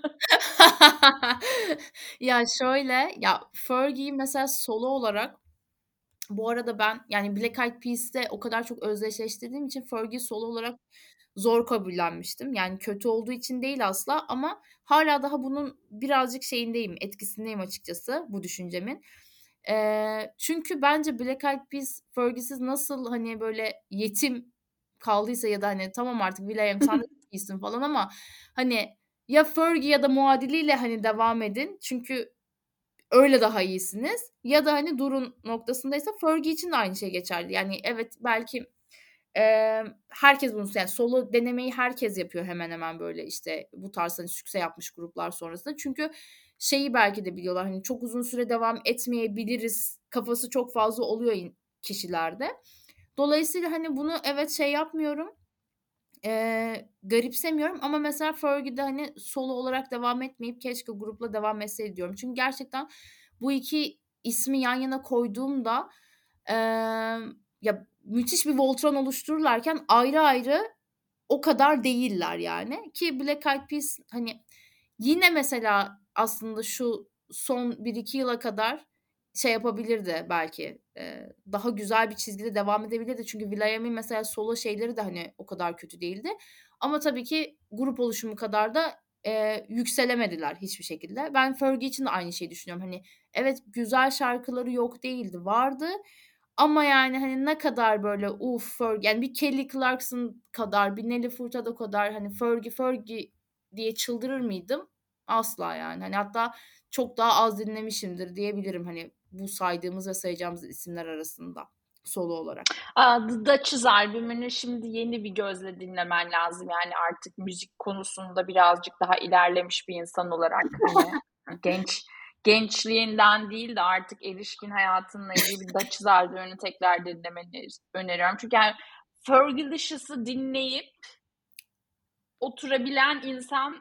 A: Ya şöyle, ya Fergie'yi mesela solo olarak bu arada ben yani Black Eyed Peas'te o kadar çok özdeşleştirdiğim için Fergie'yi solo olarak zor kabullenmiştim. Yani kötü olduğu için değil asla ama hâlâ daha bunun birazcık şeyindeyim, etkisindeyim açıkçası bu düşüncemin. Eee, çünkü bence Black Eyed Peas Fergie'siz nasıl, hani, böyle yetim kaldıysa ya da, hani, tamam artık will.i.am sen de çok iyisin falan ama, hani, ya Fergie ya da muadiliyle, hani, devam edin çünkü öyle daha iyisiniz ya da, hani, durun noktasındaysa Fergie için de aynı şey geçerli. Yani evet, belki, emm, herkes bunu yani solo denemeyi herkes yapıyor hemen hemen böyle, işte, bu tarz, hani, sükse yapmış gruplar sonrasında. Çünkü şeyi belki de biliyorlar, hani, çok uzun süre devam etmeyebiliriz kafası çok fazla oluyor in kişilerde. Dolayısıyla, hani, bunu evet, şey yapmıyorum, eee, garipsemiyorum ama mesela Fergie de, hani, solo olarak devam etmeyip keşke grupla devam etseydi diyorum. Çünkü gerçekten bu iki ismi yan yana koyduğumda, emm, ya, müthiş bir Voltron oluştururlarken ayrı ayrı o kadar değiller yani. Ki Black Eyed Peas, hani, yine mesela aslında şu son bir iki yıla kadar şey yapabilirdi belki, eee, daha güzel bir çizgide devam edebilirdi. Çünkü will.i.am'in mesela solo şeyleri de, hani, o kadar kötü değildi. Ama tabii ki grup oluşumu kadar da, eee, yükselemediler hiçbir şekilde. Ben Fergie için de aynı şeyi düşünüyorum. Hani, evet, güzel şarkıları yok değildi, vardı ama yani, hani, ne kadar böyle uf, Fergie yani bir Kelly Clarkson kadar, bir Nelly Furtado kadar, hani, Fergie, Fergie diye çıldırır mıydım? Asla yani. Hani, hatta çok daha az dinlemişimdir diyebilirim, hani, bu saydığımız ve sayacağımız isimler arasında solo olarak.
B: Aaa, The Duchess albümünü şimdi yeni bir gözle dinlemen lazım. Yani artık müzik konusunda birazcık daha ilerlemiş bir insan olarak, hani, genç gençliğinden değil de artık erişkin hayatınla ilgili bir Duchess albümünü tekrar dinlemeni öneriyorum. Çünkü yani Fergalicious dinleyip oturabilen insan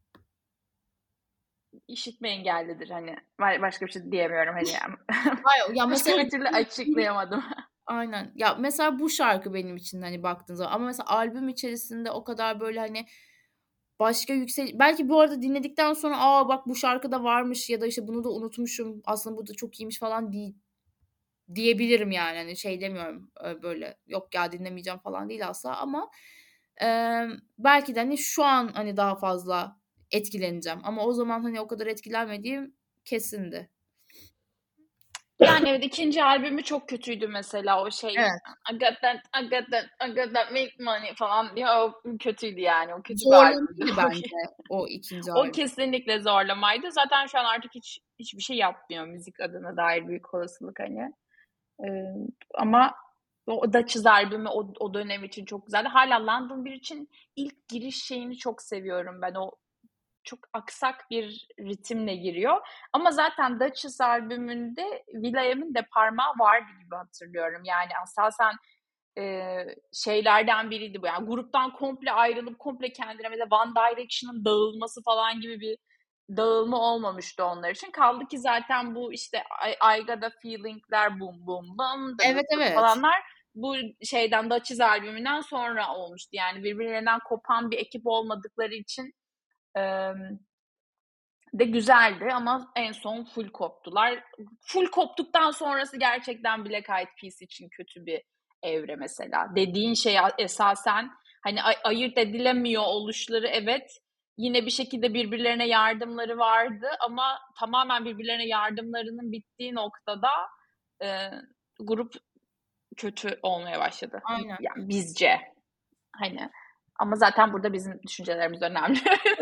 B: işitme engellidir, hani. Başka bir şey diyemiyorum, hani,
A: Hayır, ya,
B: başka
A: mesela
B: bir türlü açıklayamadım.
A: aynen. Ya, mesela bu şarkı benim için, hani, baktığın zaman ama mesela albüm içerisinde o kadar böyle, hani, başka yüksel belki bu arada dinledikten sonra, "A, bak bu şarkı da varmış ya da, işte, bunu da unutmuşum, aslında bu da çok iyiymiş." falan di diyebilirim yani. Hani, şey demiyorum, eee, böyle, "Yok ya, dinlemeyeceğim." falan değil asla ama, emm, belki de, hani, şu an, hani, daha fazla etkileneceğim ama o zaman, hani, o kadar etkilenmediğim kesindi.
B: Yani, evet, ikinci albümü çok kötüydü mesela. O şey,
A: Evet.
B: I got that, I got that, I got that make money falan diye o kötüydü yani. O kötü bir albümdü.
A: Zorlamaydı bence o ikinci
B: O
A: albüm.
B: kesinlikle zorlamaydı. Zaten şu an artık hiç hiçbir şey yapmıyor müzik adına dair büyük olasılık, hani. Eee, ama o Duchess albümü o o dönem için çok güzeldi. Hâlâ London bir için ilk giriş şeyini çok seviyorum ben. O çok aksak bir ritimle giriyor ama zaten Duchess albümünde will.i.am'in de parmağı vardı gibi hatırlıyorum. Yani asasen, eee, şeylerden biriydi bu, yani gruptan komple ayrılıp komple kendine mesela One Direction'ın dağılması falan gibi bir dağılma olmamıştı onlar için. Kaldı ki zaten bu, işte, I I Got a Feeling'ler, Bum Bum Bum, Dıt
A: Evet,
B: Dıt Dıt
A: evet.
B: falanlar bu şeyden, Duchess albümünden sonra olmuştu. Yani birbirlerinden kopan bir ekip olmadıkları için, emm de güzeldi ama en son full koptular. Full koptuktan sonrası gerçekten Black Eyed Peas için kötü bir evre mesela. Dediğin şey esasen, hani, ay ayırt edilemiyor oluşları evet, yine bir şekilde birbirlerine yardımları vardı ama tamamen birbirlerine yardımlarının bittiği noktada, eee, grup kötü olmaya başladı.
A: Aynen.
B: Yani bizce. Hani ama zaten burada bizim düşüncelerimiz önemli.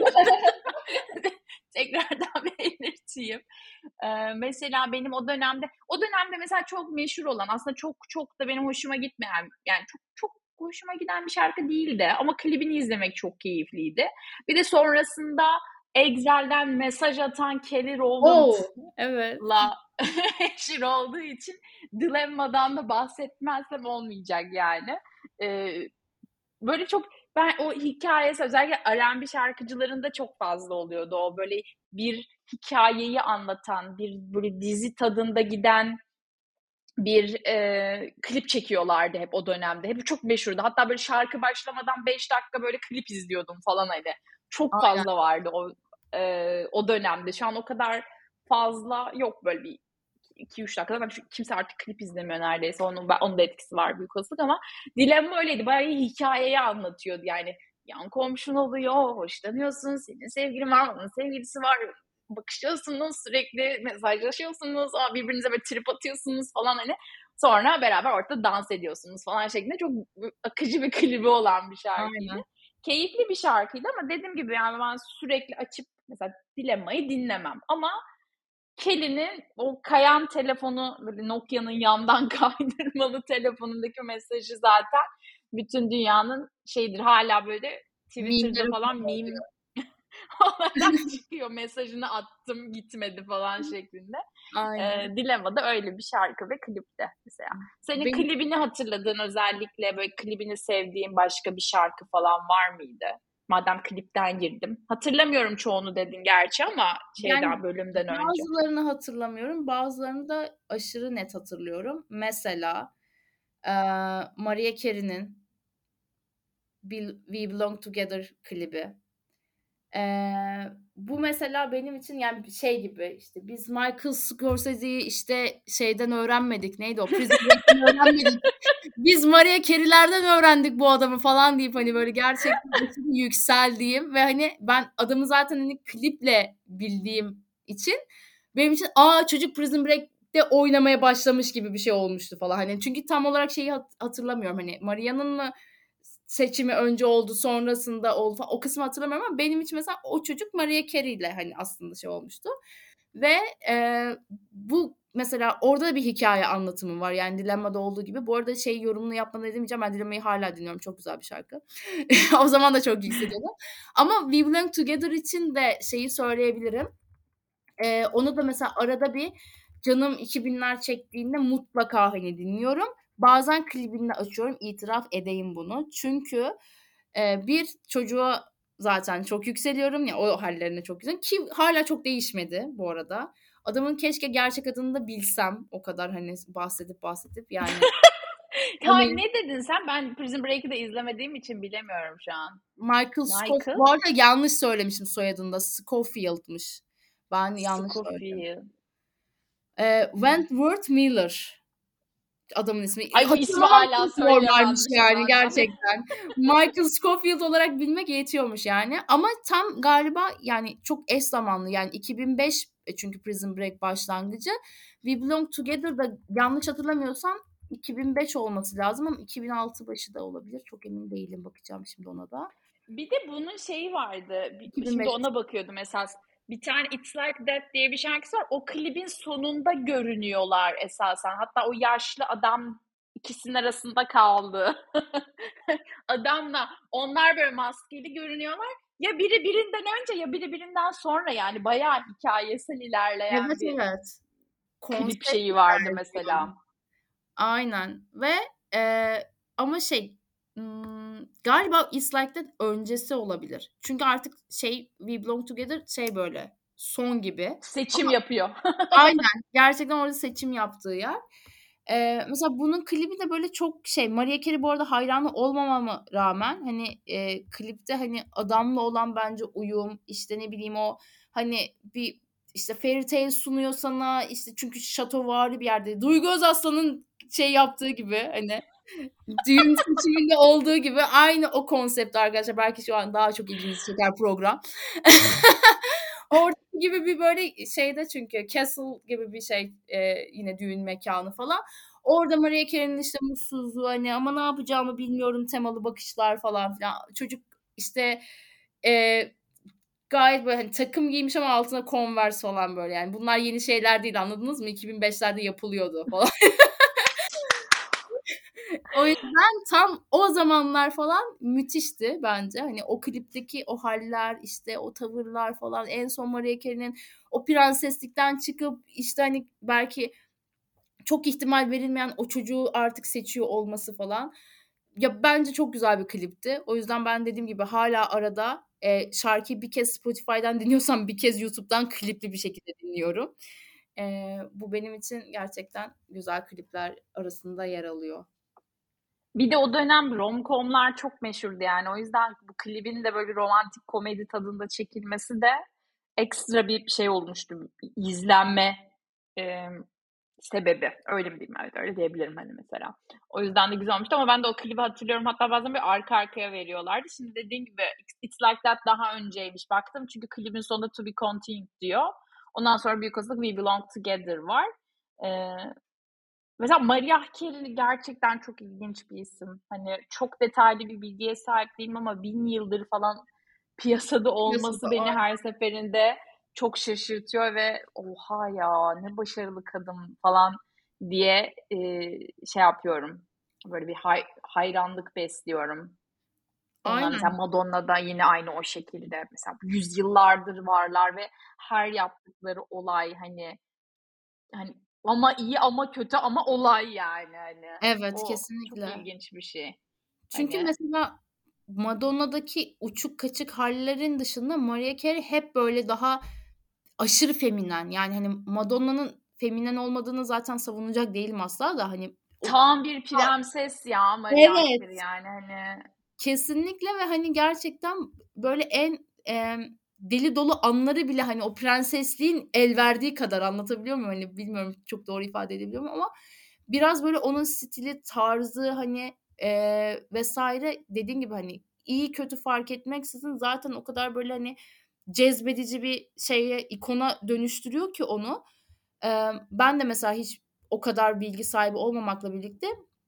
B: Tekrardan belirteyim. Eee, mesela benim o dönemde o dönemde mesela çok meşhur olan, aslında çok çok da benim hoşuma gitmeyen, yani çok çok hoşuma giden bir şarkı değildi ama klibini izlemek çok keyifliydi. Bir de sonrasında Excel'den mesaj atan Kelly
A: O! Evet.
B: Rowland'la hemşire olduğu için Dilemma'dan da bahsetmezsem olmayacak yani. Eee, böyle çok ben o hikâyesi özellikle R and B şarkıcılarında çok fazla oluyordu o böyle bir hikâyeyi anlatan, bir böyle dizi tadında giden bir, eee, klip çekiyorlardı hep o dönemde. Hep çok meşhurdu. Hatta böyle şarkı başlamadan beş dakika böyle klip izliyordum falan hani. Çok
A: Aynen.
B: fazla vardı o, eee, o dönemde. Şu an o kadar fazla yok böyle bir iki üç dakika. Zaten kimse artık klip izlemiyor neredeyse. Onun, onun da etkisi var büyük olasılık ama Dilemma öyleydi. Bayağı iyi hikayeyi anlatıyordu yani. Yan komşun oluyor, hoşlanıyorsun, senin sevgilin var, onun sevgilisi var, bakışıyorsunuz, sürekli mesajlaşıyorsunuz, aa, birbirinize böyle trip atıyorsunuz falan hani. Sonra beraber ortada dans ediyorsunuz falan şeklinde çok akıcı bir klibi olan bir şarkıydı.
A: Aynen.
B: Keyifli bir şarkıydı ama dediğim gibi yani ben sürekli açıp mesela Dilemma'yı dinlemem ama Kelly'nin o kayan telefonu, böyle Nokia'nın yandan kaydırmalı telefonundaki mesajı zaten bütün dünyanın şeyidir. Hala böyle Twitter'da
A: Meme'leri
B: falan
A: falan
B: meme
A: oluyor.
B: olarak çıkıyor. Mesajını attım gitmedi falan şeklinde.
A: Aynen.
B: Eee, Dilemma da öyle bir şarkı ve klipti mesela. Senin
A: Benim
B: klibini hatırladığın, özellikle böyle klibini sevdiğin başka bir şarkı falan var mıydı? Madem klipten girdim. Hatırlamıyorum çoğunu dedin gerçi ama
A: yani
B: şeyden, bölümden önce.
A: bazılarını hatırlamıyorum, bazılarını da aşırı net hatırlıyorum. Mesela, eee, Mariah Carey'nin Bil We Belong Together klibi. Eee, bu mesela benim için yani şey gibi, işte biz Michael Scorsese'yi işte şeyden öğrenmedik, neydi o? Prison Break'ten öğrenmedik. Biz Mariah Carey'lerden öğrendik bu adamı falan deyip hani böyle gerçekten aşırı yükseldiğim ve hani ben adamı zaten hani kliple bildiğim için benim için a çocuk Prison Break'te oynamaya başlamış gibi bir şey olmuştu falan. Hani çünkü tam olarak şeyi hat- hatırlamıyorum. Hani Mariah'nın mı seçimi önce oldu, sonrasında oldu falan. O kısmı hatırlamıyorum ama benim için mesela o çocuk Mariah Carey'le hani aslında şey olmuştu. Ve eee, bu mesela orada da bir hikaye anlatımı var. Yani Dilemma'da olduğu gibi. Bu arada şey yorumunu yapmadan edemeyeceğim. Ben Dilemma'yı hala dinliyorum. Çok güzel bir şarkı. O zaman da çok yükseliyordum. Ama We Belong Together için de şeyi söyleyebilirim. Eee, onu da mesela arada bir canım iki binler çektiğinde mutlaka hani dinliyorum. Bazen klibini de açıyorum. İtiraf edeyim bunu. Çünkü eee, bir çocuğa zaten çok yükseliyorum ya o hallerine çok yükseliyorum ki hala çok değişmedi bu arada. Adamın keşke gerçek adını da bilsem o kadar hani bahsedip bahsedip yani
B: Ha,
A: hani
B: ne dedin sen? Ben Prison Break'i de izlemediğim için bilemiyorum şu an.
A: Michael Scof
B: Michael
A: bu arada yanlış söylemişim soyadını da Scofield'mış. Ben yanlış söyledim.
B: Scofield.
A: Eee, Wentworth Miller. Adamın ismi.
B: Ay, bu ismi
A: Hatırlamam
B: hala
A: çok normalmiş
B: söyleyemezmişim
A: yani
B: zaten.
A: gerçekten. Michael Scofield olarak bilmek yetiyormuş yani. Ama tam galiba yani çok eş zamanlı yani iki bin beş e, çünkü Prison Break başlangıcı. We Belong Together'da yanlış hatırlamıyorsam iki bin beş olması lazım ama iki bin altı başı da olabilir. Çok emin değilim. Bakacağım şimdi ona da.
B: Bir de bunun şeyi vardı. Şimdi
A: iki bin beş.
B: ona bakıyordum esas. Bir tane It's Like That diye bir şarkısı var. O klibin sonunda görünüyorlar esasen. Hatta o yaşlı adam ikisinin arasında kaldı. Adamla onlar böyle maskeli görünüyorlar. Ya biri birinden önce ya biri birinden sonra, yani bayağı hikayesel ilerleyen
A: Evet,
B: bir
A: evet.
B: klip
A: Konsept
B: şeyi vardı
A: ilerliyor.
B: mesela.
A: Aynen ve, eee, ama şey, ımm, galiba It's Like That öncesi olabilir. Çünkü artık şey, We Belong Together şey böyle, son gibi
B: Seçim
A: ama
B: yapıyor.
A: aynen, gerçekten orada seçim yaptığı yer. Eee, mesela bunun klibi de böyle çok şey, Mariah Carey bu arada hayranı olmamama rağmen, hani, eee, klipte, hani, adamla olan bence uyum, işte, ne bileyim o, hani, bir, işte, fairy tale sunuyor sana, işte, çünkü şatovari bir yerde. Duygu Özaslan'ın şey yaptığı gibi, hani, düğün seçiminde olduğu gibi aynı o konsept arkadaşlar. Belki şu an daha çok ilginizi çeker program. Oradaki gibi bir böyle şeyde çünkü Castle gibi bir şey, eee, yine düğün mekânı falan. Orada Mariah Carey'nin işte mutsuzluğu, hani, ama ne yapacağımı bilmiyorum temalı bakışlar falan filan. Çocuk işte, eee, gayet böyle, hani, takım giymiş ama altına Converse falan böyle yani. Bunlar yeni şeyler değil, anladınız mı? iki bin beşlerde yapılıyordu falan. O yüzden tam o zamanlar falan müthişti bence. Hani o klipteki o hâller, işte o tavırlar falan, en son Mariah Carey'nin o prenseslikten çıkıp, işte, hani, belki çok ihtimal verilmeyen o çocuğu artık seçiyor olması falan. Ya, bence çok güzel bir klipti. O yüzden ben dediğim gibi hâlâ arada, eee, şarkıyı bir kez Spotify'dan dinliyorsam bir kez YouTube'dan klipli bir şekilde dinliyorum. Eee, bu benim için gerçekten güzel klipler arasında yer alıyor.
B: Bir de o dönem romcom'lar çok meşhurdu yani. O yüzden bu klibin de böyle romantik komedi tadında çekilmesi de ekstra bir şey olmuştu. İzlenme, emm, sebebi. Öyle mi diyeyim? Evet, öyle diyebilirim hani mesela. O yüzden de güzel olmuştu ama ben de o klibi hatırlıyorum. Hatta bazen bir arka arkaya veriyorlardı. Şimdi dediğin gibi It's Like That daha önceymiş. Baktım çünkü klibin sonunda To Be Continued diyor. Ondan sonra büyük olasılık We Belong Together var. Eee Mesela Mariah Carey gerçekten çok ilginç bir isim. Hani çok detaylı bir bilgiye sahip değilim ama bin yıldır falan piyasada
A: Piyasada
B: olması beni her
A: aynen.
B: seferinde çok şaşırtıyor ve "Oha ya, ne başarılı kadın." falan diye, eee, şey yapıyorum, böyle bir hay hayranlık besliyorum. Ona mesela
A: Aynen.
B: Madonna da yine aynı o şekilde mesela yüzyıllardır varlar ve her yaptıkları olay, hani, Hani, ama iyi ama kötü ama olay yani, hani.
A: Evet,
B: O çok
A: kesinlikle.
B: ilginç bir şey.
A: Çünkü
B: Hani
A: mesela Madonna'daki uçuk kaçık hâllerin dışında Mariah Carey hep böyle daha aşırı feminen. Yani, hani, Madonna'nın feminen olmadığını zaten savunacak değilim asla da, hani, o
B: tam bir prenses ya Mariah Carey
A: Evet.
B: yani, hani.
A: Kesinlikle ve, hani, gerçekten böyle en, emm, deli dolu anları bile, hani, o prensesliğin el verdiği kadar anlatabiliyor muyum? Hani, bilmiyorum çok doğru ifade edebiliyor muyum ama biraz böyle onun stili, tarzı, hani, eee, vesaire dediğin gibi, hani, iyi kötü fark etmeksizin zaten o kadar böyle, hani, cezbedici bir şeye, ikona dönüştürüyor ki onu. Emm, ben de mesela hiç o kadar bilgi sahibi olmamakla birlikte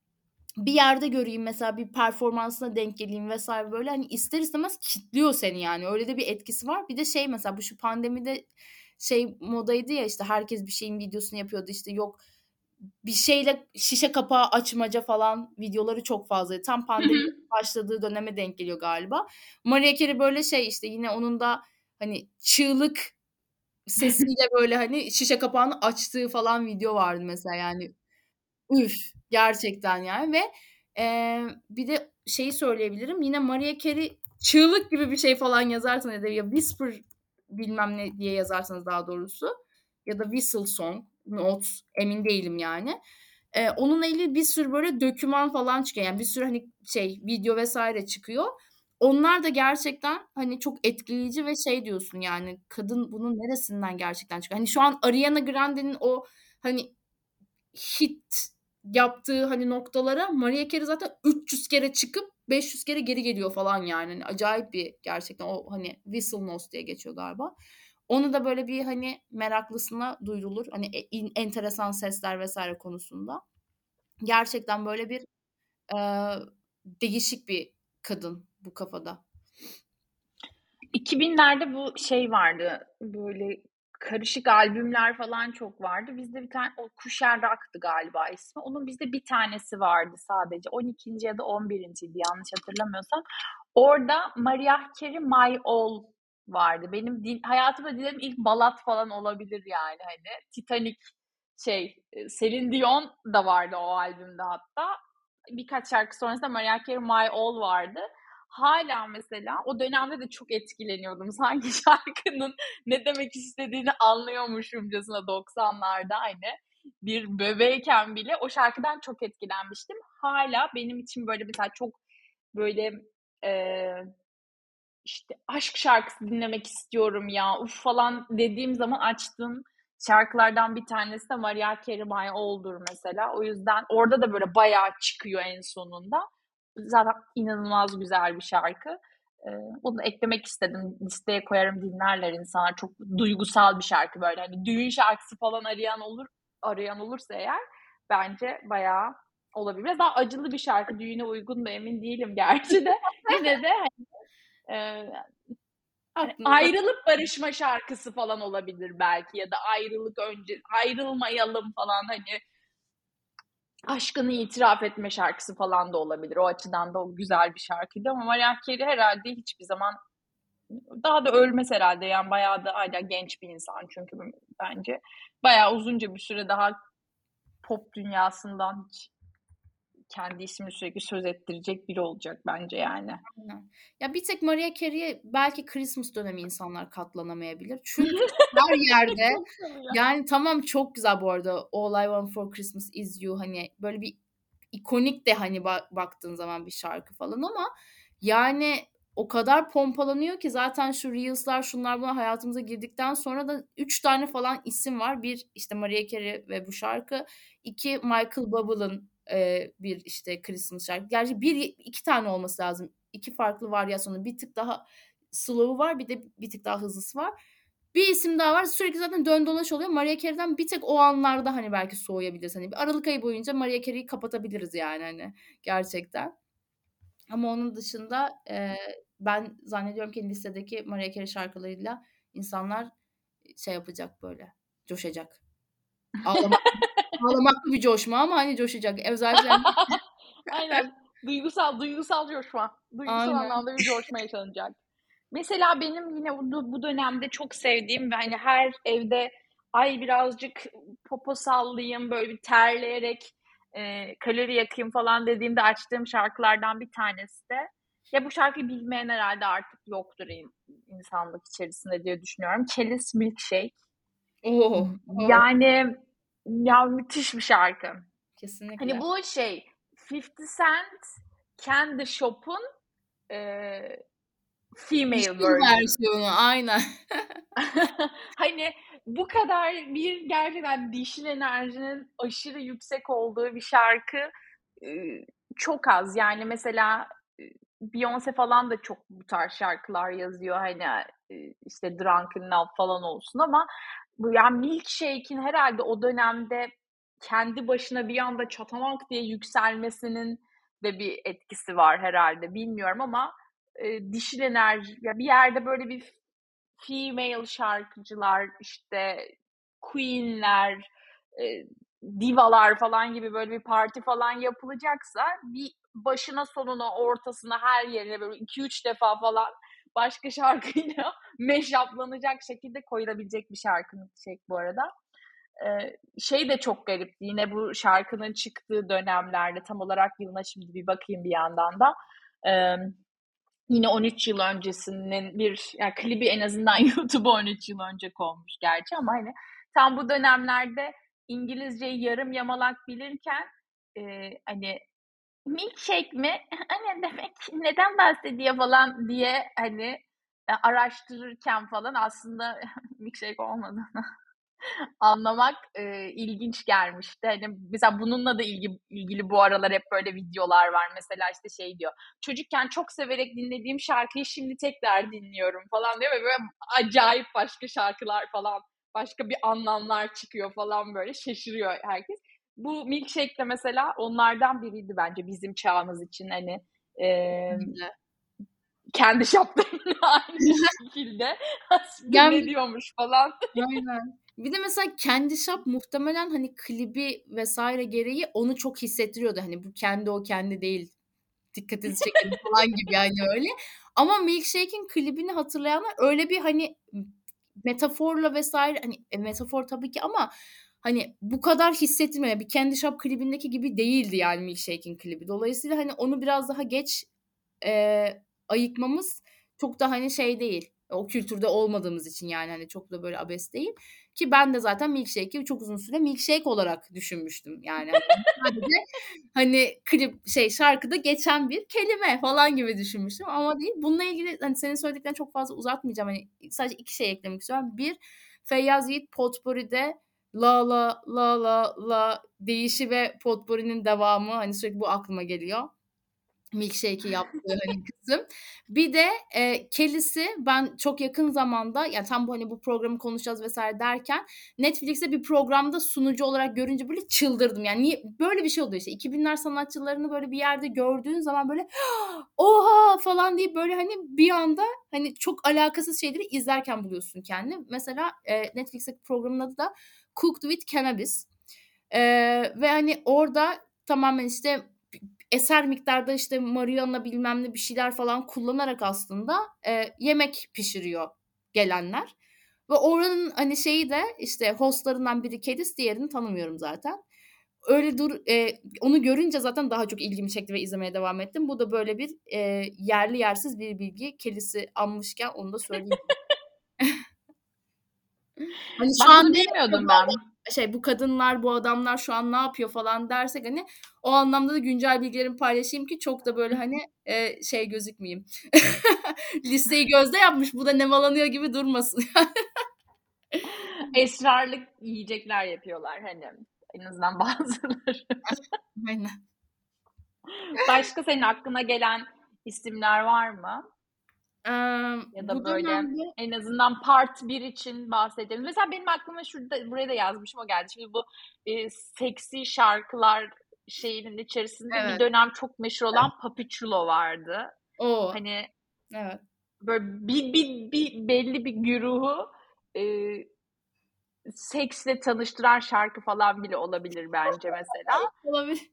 A: bir yerde göreyim mesela, bir performansına denk geleyim vesaire böyle, hani, ister istemez kitliyor seni yani. Öyle de bir etkisi var. Bir de şey mesela bu şu pandemide şey modaydı ya, işte, herkes bir şeyin videosunu yapıyordu. İşte, yok bir şeyle şişe kapağı açmaca falan videoları çok fazlaydı. Tam
B: Hı
A: pandeminin
B: hı.
A: başladığı döneme denk geliyor galiba. Mariah Carey böyle şey, işte, yine onun da, hani, çığlık sesiyle böyle, hani, şişe kapağını açtığı falan video vardı mesela yani. Üf! Gerçekten yani ve, eee, bir de şeyi söyleyebilirim, yine Mariah Carey çığlık gibi bir şey falan yazarsanız ya da ya whisper bilmem ne diye yazarsanız daha doğrusu ya da whistle song, notes emin değilim yani. Eee, onunla ilgili bir sürü böyle doküman falan çıkıyor. Yani bir sürü, hani, şey, video vesaire çıkıyor. Onlar da gerçekten, hani, çok etkileyici ve şey diyorsun yani, kadın bunun neresinden gerçekten çıkıyor? Hani, şu an Ariana Grande'nin o, hani, hit yaptığı, hani, noktalara Mariah Carey zaten üç yüz kere çıkıp beş yüz kere geri geliyor falan yani. Hani, acayip bir gerçekten o, hani, whistle notes diye geçiyor galiba. Onu da böyle bir, hani, meraklısına duyurulur. Hani, e in enteresan sesler vesaire konusunda. Gerçekten böyle bir, eee, değişik bir kadın bu kafada.
B: iki binlerde bu şey vardı, böyle karışık albümler falan çok vardı. Bizde bir tane o Kuşer Rock'tı galiba ismi. Onun bizde bir tanesi vardı sadece. on ikinci ya da on birinciydi yanlış hatırlamıyorsam. Orada Mariah Carey My All vardı. Benim din hayatımda dinlediğim ilk balat falan olabilir yani, hani. Titanic şey, eee, Celine Dion da vardı o albümde hatta. Birkaç şarkı sonrasında Mariah Carey My All vardı. Hâlâ mesela o dönemde de çok etkileniyordum. Sanki şarkının ne demek istediğini anlıyormuşumcasına doksanlarda hani bir bebeyken bile o şarkıdan çok etkilenmiştim. Hâlâ benim için böyle mesela çok böyle, eee, işte, aşk şarkısı dinlemek istiyorum ya, uf falan dediğim zaman açtığım şarkılardan bir tanesi de Mariah Carey My All'dur mesela. O yüzden orada da böyle bayağı çıkıyor en sonunda. Zaten inanılmaz güzel bir şarkı. Eee, onu da eklemek istedim. Listeye koyarım dinlerler insanlar. Çok duygusal bir şarkı böyle. Hani düğün şarkısı falan arayan olur arayan olursa eğer bence bayağı olabilir. Biraz daha acılı bir şarkı. Düğüne uygun mu emin değilim gerçi de. Yine de Eee, hani
A: Aklınıza
B: ayrılıp barışma şarkısı falan olabilir belki ya da ayrılık önce ayrılmayalım falan hani aşkını itiraf etme şarkısı falan da olabilir. O açıdan da o güzel bir şarkıydı ama Mariah Carey herhâlde hiçbir zaman daha da ölmez herhâlde. Yani bayağı da hâlâ genç bir insan çünkü bence. Bayağı uzunca bir süre daha pop dünyasından hiç kendi ismini sürekli söz ettirecek biri olacak bence yani.
A: Aynen. Ya bir tek Mariah Carey'e belki Christmas dönemi insanlar katlanamayabilir. Çünkü her yerde
B: Çok sarıyor.
A: yani tamam çok güzel bu arada All I Want for Christmas Is You hani böyle bir ikonik de hani ba baktığın zaman bir şarkı falan ama yani o kadar pompalanıyor ki zaten şu reels'lar şunlar bunlar hayatımıza girdikten sonra da üç tane falan isim var. bir işte Mariah Carey ve bu şarkı. iki Michael Buble'ın, eee, bir işte Christmas şarkı. Gerçi bir iki tane olması lazım. iki farklı varyasyonu. Bir tık daha slow'u var, bir de bir tık daha hızlısı var. Bir isim daha var. Sürekli zaten dön dolaş oluyor. Mariah Carey'den bir tek o anlarda hani belki soğuyabiliriz. Hani bir aralık ayı boyunca Mariah Carey'i kapatabiliriz yani hani gerçekten. Ama onun dışında, eee, ben zannediyorum ki listedeki Mariah Carey şarkılarıyla insanlar şey yapacak böyle, coşacak. Ağlamak ağlamaklı bir coşma ama hani coşacak. Özellikle
B: Aynen. Duygusal duygusal coşma. Duygusal
A: Aynen.
B: anlamda bir coşma yaşanacak. Mesela benim yine bu bu dönemde çok sevdiğim ve hani her evde ay birazcık popo sallayayım, böyle bir terleyerek, eee, kalori yakayım falan dediğimde açtığım şarkılardan bir tanesi de ya bu şarkıyı bilmeyen herhâlde artık yoktur in insanlık içerisinde diye düşünüyorum. Kelis Milkshake.
A: Oh! O!
B: Yani ya müthiş bir şarkı. Hani
A: Kesinlikle.
B: bu şey fifty Cent Candy Shop'un eee, female
A: Dişil
B: version.
A: versiyonu aynen.
B: Hani bu kadar bir gerçekten dişil enerjinin aşırı yüksek olduğu bir şarkı, ııı, çok az. Yani mesela, ııı, Beyoncé falan da çok bu tarz şarkılar yazıyor. Hani, eee, işte Drunk in Love falan olsun ama bu yani Milkshake'in herhâlde o dönemde kendi başına bir anda çatanak diye yükselmesinin de bir etkisi var herhâlde. Bilmiyorum ama, eee, dişil enerji ya bir yerde böyle bir female şarkıcılar, işte Queen'ler, eee, divalar falan gibi böyle bir parti falan yapılacaksa bir başına, sonuna, ortasına, her yerine böyle iki üç defa falan başka şarkıyla mashup'lanacak şekilde koyulabilecek bir şarkı Milkshake bu arada. Eee, şey de çok garipti, yine bu şarkının çıktığı dönemlerde tam olarak yılına şimdi bir bakayım bir yandan da. Emm, yine on üç yıl öncesinin bir ya klibi en azından YouTube'a on üç yıl önce konmuş gerçi ama hani tam bu dönemlerde İngilizceyi yarım yamalak bilirken, eee, hani milkshake mi? O ne demek? Neden bahsediyor falan diye hani, eee, araştırırken falan aslında milkshake olmadığını anlamak, eee, ilginç gelmişti. Hani mesela bununla da ilgi ilgili bu aralar hep böyle videolar var. Mesela işte şey diyor, "Çocukken çok severek dinlediğim şarkıyı şimdi tekrar dinliyorum." falan diyor ve böyle acayip başka şarkılar falan, başka bir anlamlar çıkıyor falan böyle şaşırıyor herkes. Bu Milkshake de mesela onlardan biriydi bence bizim çağımız için hani, emm,
A: Kesinlikle.
B: kendi şaplarıyla aynı şekilde aslında ne
A: Yani
B: diyormuş falan.
A: Aynen. Bir de mesela Candy Shop muhtemelen hani klibi vs. gereği onu çok hissettiriyordu. Hani bu kendi o kendi değil, dikkatinizi çekerim falan gibi hani öyle. Ama Milkshake'in klibini hatırlayanlar öyle bir hani m metaforla vs. hani, e, metafor tabii ki ama hani bu kadar hissettirmiyor. Bir Candy Shop klibindeki gibi değildi yani Milkshake'in klibi. Dolayısıyla hani onu biraz daha geç, eee, ayıkmamız çok da hani şey değil, o kültürde olmadığımız için yani hani çok da böyle abes değil ki ben de zaten Milkshake'i çok uzun süre milkshake olarak düşünmüştüm yani hani sadece hani klip şey şarkıda geçen bir kelime falan gibi düşünmüştüm ama değil. Bununla ilgili hani senin söylediklerini çok fazla uzatmayacağım. Hani sadece iki şey eklemek istiyorum. bir Feyyaz Yiğit Potpourri'de la la, la la, la deyişi ve Potpourri'nin devamı hani sürekli bu aklıma geliyor. Milkshake'i yaptığı hani kısım. Bir de, eee, Kelis'i ben çok yakın zamanda ya tam bu hani bu programı konuşacağız vs. derken Netflix'te bir programda sunucu olarak görünce böyle çıldırdım. Yani niye böyle bir şey oluyor işte iki binler sanatçılarını böyle bir yerde gördüğün zaman böyle "oha!" falan deyip böyle hani bir anda hani çok alakasız şeyleri izlerken buluyorsun kendini. Mesela, eee, Netflix'teki programın adı da Cooked with Cannabis. Eee, ve hani orada tamamen, işte, b eser miktarda, işte, marihuana bilmem ne bir şeyler falan kullanarak aslında, eee, yemek pişiriyor gelenler ve oranın, hani, şeyi de, işte, host'larından biri kedis, diğerini tanımıyorum zaten. Öyle dur eee, onu görünce zaten daha çok ilgimi çekti ve izlemeye devam ettim. Bu da böyle bir, eee, yerli yersiz bir bilgi. Kedis'i anmışken onu da söyleyeyim. Hani, şu
B: Bak
A: an
B: bunu
A: ne
B: bilmiyordum
A: yapıyorlar
B: ben.
A: da şey, bu kadınlar, bu adamlar şu an ne yapıyor falan dersek, hani, o anlamda da güncel bilgilerimi paylaşayım ki çok da böyle, hani, eee, şey gözükmeyeyim. Listeyi gözde yapmış, bu da nemalanıyor gibi durmasın.
B: Esrarlı yiyecekler yapıyorlar, hani, en azından bazıları.
A: Aynen.
B: Başka senin aklına gelen isimler var mı?
A: Emm,
B: Ya da
A: bu
B: böyle
A: dönemde
B: en azından part bir için bahsedelim. Mesela benim aklıma şurada buraya da yazmışım, o geldi. Şimdi bu, eee, seksi şarkılar şeyinin içerisinde bir
A: Evet.
B: dönem çok meşhur olan Papi Chulo vardı.
A: O!
B: Hani,
A: Evet.
B: böyle bir bir bir belli bir güruhu, eee, seksle tanıştıran şarkı falan bile olabilir bence mesela.
A: Olabilir.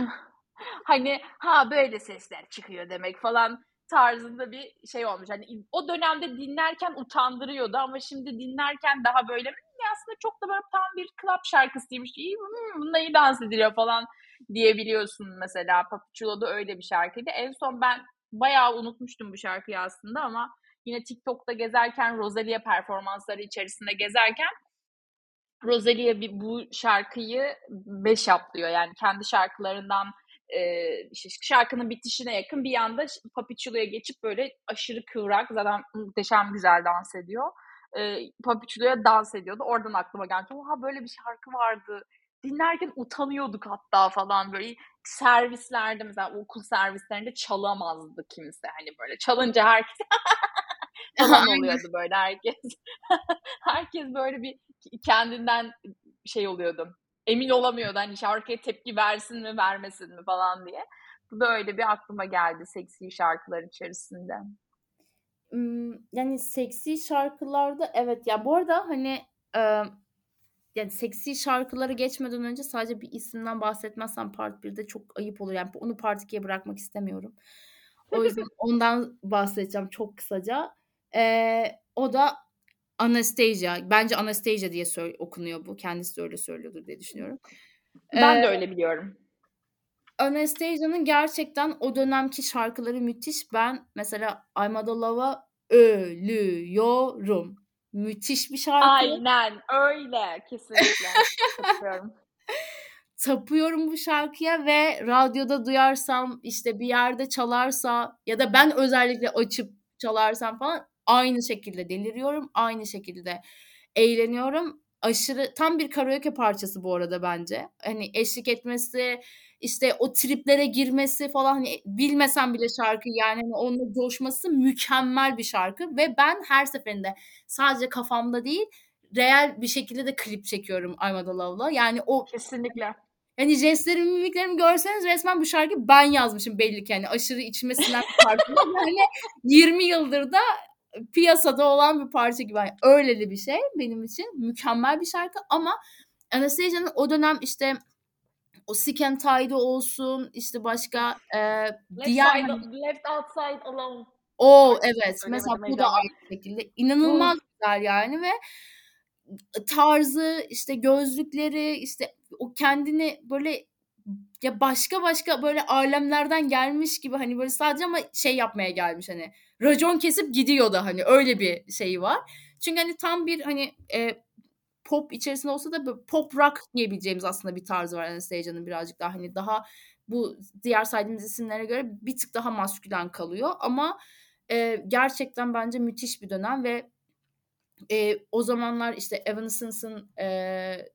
B: Hani, "Ha, böyle sesler çıkıyor demek." falan tarzında bir şey olmuş. Hani, i o dönemde dinlerken utandırıyordu ama şimdi dinlerken daha böyle, "Hımm, ya aslında çok da böyle tam bir club şarkısıymış. İyi, hımm, buna iyi dans ediliyor." falan diyebiliyorsun mesela. Papi Chulo da öyle bir şarkıydı. En son ben bayağı unutmuştum bu şarkıyı aslında ama yine TikTok'ta gezerken, Rosalia performansları içerisinde gezerken Rosalia bir bu şarkıyı mashuplıyor. Yani kendi şarkılarından, eee, işte şarkının bitişine yakın bir anda ş Papi Chulo'ya geçip böyle aşırı kıvrak, zaten muhteşem güzel dans ediyor. Eee, Papi Chulo'ya dans ediyordu. Oradan aklıma geldi. Oha, böyle bir şarkı vardı. Dinlerken utanıyorduk hatta falan böyle. Servislerde mesela okul servislerinde çalamazdı kimse. Hani böyle çalınca herkes falan
A: Aynen.
B: oluyordu böyle herkes. Herkes böyle bir kendinden şey oluyordu, emin olamıyordu, hani, şarkıya tepki versin mi, vermesin mi falan diye. Bu da öyle bir aklıma geldi seksi şarkılar içerisinde.
A: Imm, yani, seksi şarkılarda evet. Ya, bu arada, hani, emm, yani, seksi şarkıları geçmeden önce sadece bir isimden bahsetmezsem part birde çok ayıp olur. Yani, onu part ikiye bırakmak istemiyorum. O yüzden ondan bahsedeceğim çok kısaca. Eee, o da Anastacia. Bence Anastacia diye söy okunuyor bu. Kendisi de öyle söylüyordur diye düşünüyorum. Eee
B: Ben de öyle biliyorum.
A: Anastasia'nın gerçekten o dönemki şarkıları müthiş. Ben mesela I'm At A Love'a ölüyorum. Müthiş bir şarkı.
B: Aynen öyle, kesinlikle katılıyorum.
A: Tapıyorum bu şarkıya ve radyoda duyarsam, işte, bir yerde çalarsa ya da ben özellikle açıp çalarsam falan aynı şekilde deliriyorum, aynı şekilde eğleniyorum. Aşırı tam bir karaoke parçası bu arada bence. Hani, eşlik etmesi, işte, o triplere girmesi falan, hani, bilmesem bile şarkıyı, yani, hani, onunla coşması mükemmel bir şarkı ve ben her seferinde sadece kafamda değil, reel bir şekilde de klip çekiyorum I'm At A Love'la. Yani, o
B: Kesinlikle.
A: hani, jestlerimi, mimiklerimi görseniz resmen bu şarkıyı ben yazmışım belli ki, hani, aşırı içime sinen bir parça ve, hani, yirmi yıldır da piyasada olan bir parça gibi. Hani, öyleli bir şey benim için. Mükemmel bir şarkı ama Anastasia'nın o dönem, işte, o Sick and Tidy olsun, işte,
B: Of.
A: başka, eee,
B: Left
A: diğer,
B: side
A: hani
B: Left Outside Alone.
A: O!
B: Şarkısını
A: Evet, mesela
B: söyleyemedim,
A: bu da
B: heyecandan.
A: aynı şekilde inanılmaz güzel yani ve tarzı, işte, gözlükleri, işte, o kendini böyle ya, başka başka böyle âlemlerden gelmiş gibi, hani, böyle sadece ama şey yapmaya gelmiş, hani, racon kesip gidiyor da, hani, öyle bir şeyi var. Çünkü, hani, tam bir, hani, eee, pop içerisinde olsa da böyle pop rock diyebileceğimiz aslında bir tarzı var Anastasia'nın birazcık daha, hani, daha bu diğer saydığımız isimlere göre bir tık daha maskülen kalıyor ama, eee, gerçekten bence müthiş bir dönem ve, eee, o zamanlar, işte, Evanescence'ın, eee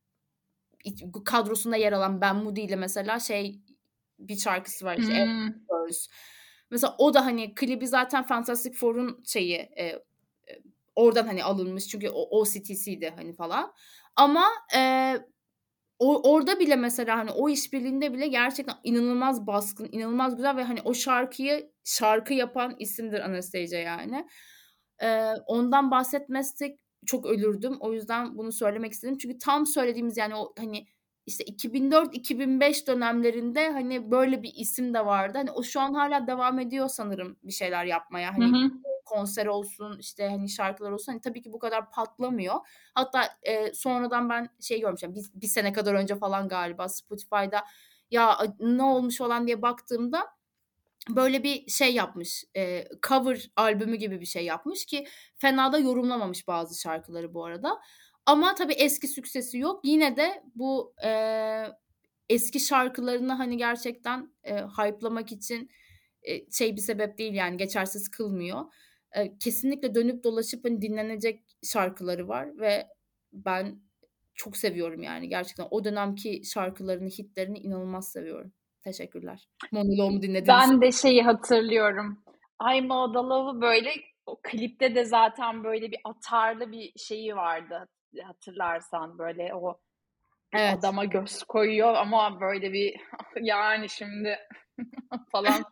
A: İç bu kadrosunda yer alan Ben Moody ile mesela şey bir şarkısı var, işte,
B: Hımm.
A: Girls. Mesela o da, hani, klibi zaten Fantastic Four'un şeyi, eee, eee, oradan, hani, alınmış çünkü o O S T'siydi, hani, falan ama, eee, o orada bile mesela, hani, o işbirliğinde bile gerçekten inanılmaz baskın, inanılmaz güzel ve, hani, o şarkıyı şarkı yapan isimdir Anastasia yani. Eee, ondan bahsetmezsek çok ölürdüm. O yüzden bunu söylemek istedim. Çünkü tam söylediğimiz, yani, o, hani, işte iki bin dört iki bin beş dönemlerinde, hani, böyle bir isim de vardı. Hani, o şu an hâlâ devam ediyor sanırım bir şeyler yapmaya.
B: Hı
A: Hani,
B: hı.
A: konser olsun, işte, hani, şarkılar olsun. Hani, tabii ki bu kadar patlamıyor. Hatta, eee, sonradan ben şey görmüşüm, bir bir sene kadar önce falan galiba Spotify'da ya, a ne olmuş falan diye baktığımda böyle bir şey yapmış, eee, cover albümü gibi bir şey yapmış ki fena da yorumlamamış bazı şarkıları bu arada. Ama tabii eski süksesi yok. Yine de bu, eee, eski şarkılarını, hani, gerçekten, eee, hype'lamak için, eee, şey bir sebep değil, yani, geçersiz kılmıyor. Eee, kesinlikle dönüp dolaşıp, hani, dinlenecek şarkıları var ve ben çok seviyorum, yani, gerçekten. O dönemki şarkılarını, hitlerini inanılmaz seviyorum. Teşekkürler. Monoloğumu dinlediğiniz için.
B: Ben de şeyi hatırlıyorum. I'm All The Love'ı böyle o klipte de zaten böyle bir atarlı bir şeyi vardı hatırlarsan. Böyle o bir
A: Evet,
B: adama göz koyuyor ama böyle bir yani şimdi falan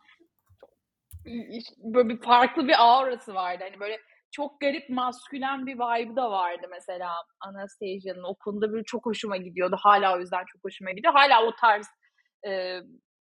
B: böyle bir farklı bir aurası vardı. Hani böyle çok garip maskülen bir vibe'ı da vardı mesela Anastasia'nın. O konuda böyle çok hoşuma gidiyordu. Hâlâ o yüzden çok hoşuma gidiyor. Hâlâ o tarz, eee,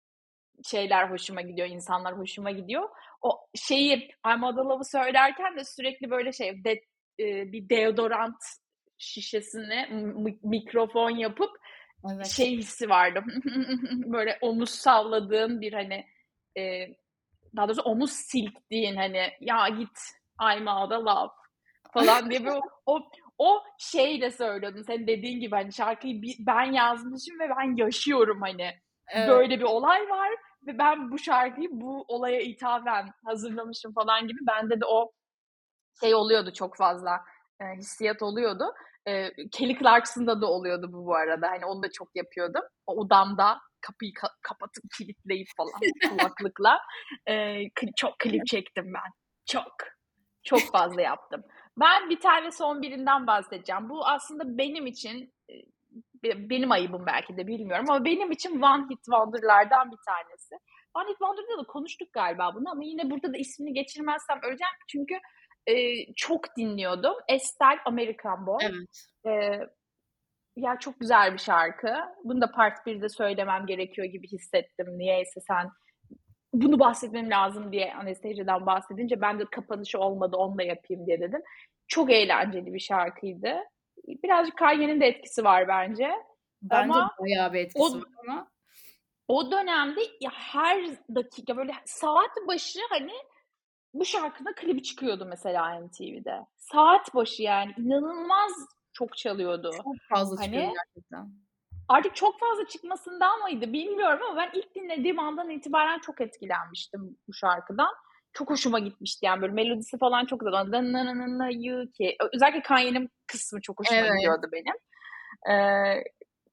B: şeyler hoşuma gidiyor, insanlar hoşuma gidiyor. O şeyi, I'm a the Love'ı söylerken de sürekli böyle şey, de eee, bir deodorant şişesine mi mikrofon yapıp
A: evet.
B: şey hissi vardı, böyle omuz salladığın bir, hani, eee, daha doğrusu omuz silktiğin, hani, "Ya git, I'm a the Love." falan diye böyle o o şeyle söylüyordun, senin dediğin gibi, hani, şarkıyı bi ben yazmışım ve ben yaşıyorum, hani.
A: Evet,
B: Böyle bir olay var ve ben bu şarkıyı bu olaya ithafen hazırlamışım falan gibi bende de o şey oluyordu çok fazla, eee, hissiyat oluyordu. Eee, Kelly Clarkson'da da oluyordu bu bu arada. Hani onu da çok yapıyordum. O odamda kapıyı ka kapatıp kilitleyip falan kulaklıkla, eee, kli çok klip çektim ben. Çok. Çok fazla yaptım. Ben bir tane son birinden bahsedeceğim. Bu aslında benim için, eee, be benim ayıbım belki de bilmiyorum ama benim için one hit wonder'lardan bir tanesi. One hit wonder'da da konuştuk galiba bunu ama yine burada da ismini geçirmezsem öleceğim çünkü, eee, çok dinliyordum. Estelle American Boy.
A: evet.
B: Eee, ya, çok güzel bir şarkı. Bunu da part birde söylemem gerekiyor gibi hissettim. Niyeyse sen bunu bahsetmem lazım diye Anastasia'dan bahsedince ben de kapanışı olmadı, onu da yapayım diye dedim. Çok eğlenceli bir şarkıydı. Birazcık Kanye'nin de etkisi var bence
A: Bence
B: ama
A: bayağı bir etkisi var
B: o
A: ama
B: o dönemde ya her dakika böyle saat başı, hani, bu şarkının klibi çıkıyordu mesela M T V'de. Saat başı yani inanılmaz çok çalıyordu.
A: çok fazla çıkıyordu
B: Hani,
A: gerçekten.
B: artık çok fazla çıkmasından mıydı bilmiyorum ama ben ilk dinlediğim andan itibaren çok etkilenmiştim bu şarkıdan. Çok hoşuma gitmişti yani böyle melodisi falan çok güzel. Dananana you ki özellikle Kanye'nin kısmı çok hoşuma
A: Evet,
B: gidiyordu benim. Eee,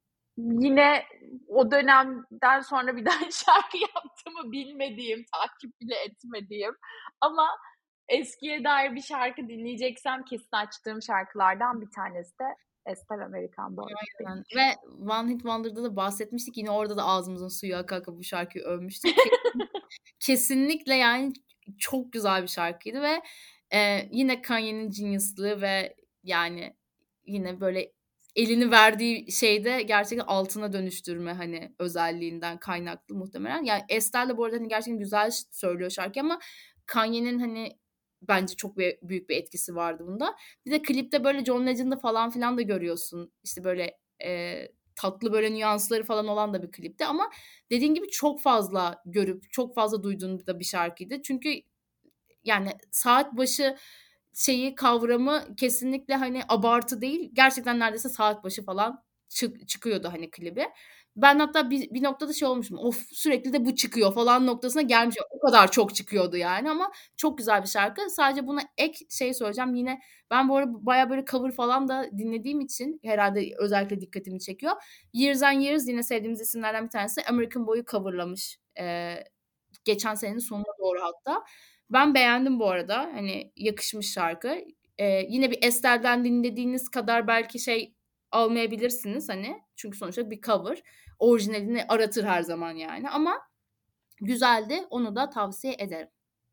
B: yine o dönemden sonra bir daha şarkı yaptı mı bilmediğim, takip bile etmediğim ama eskiye dair bir şarkı dinleyeceksem kesin açtığım şarkılardan bir tanesi de Estelle American Boy benim
A: aynen
B: için.
A: ve One Hit Wonder'da da bahsetmiştik. Yine orada da ağzımızın suyu aka aka bu şarkıyı övmüştük. Kesin kesinlikle, yani, çok güzel bir şarkıydı ve, eee, yine Kanye'nin genius'lığı ve, yani, yine, böyle, elini verdiği şeyde gerçekten altına dönüştürme, hani, özelliğinden kaynaklı muhtemelen. Yani, Estelle de bu arada, hani, gerçekten güzel ş söylüyor şarkıyı ama Kanye'nin, hani, bence çok be büyük bir etkisi vardı bunda. Bir de klipte, böyle, John Legend'ı falan filan da görüyorsun. İşte, böyle, eee, tatlı, böyle, nüansları falan olan da bir klipti ama dediğin gibi çok fazla görüp, çok fazla duyduğun da bir şarkıydı. Çünkü, yani, saat başı şeyi, kavramı kesinlikle, hani, abartı değil, gerçekten neredeyse saat başı falan çık çıkıyordu, hani, klibi. Ben hatta bir bir noktada şey olmuştum, "Of, sürekli de bu çıkıyor." falan noktasına gelmiştim. O kadar çok çıkıyordu yani ama çok güzel bir şarkı. Sadece buna ek şey söyleyeceğim, yine ben bu arada bayağı böyle cover falan da dinlediğim için herhâlde özellikle dikkatimi çekiyor. Years and Years yine sevdiğimiz isimlerden bir tanesi. American Boy'u coverlamış, eee, geçen senenin sonuna doğru hatta. Ben beğendim bu arada. Hani, yakışmış şarkı. Eee, yine bir Estelle'den dinlediğiniz kadar belki şey almayabilirsiniz, hani, çünkü sonuçta bir cover. Orijinalini aratır her zaman yani ama güzeldi. Onu da tavsiye ederim.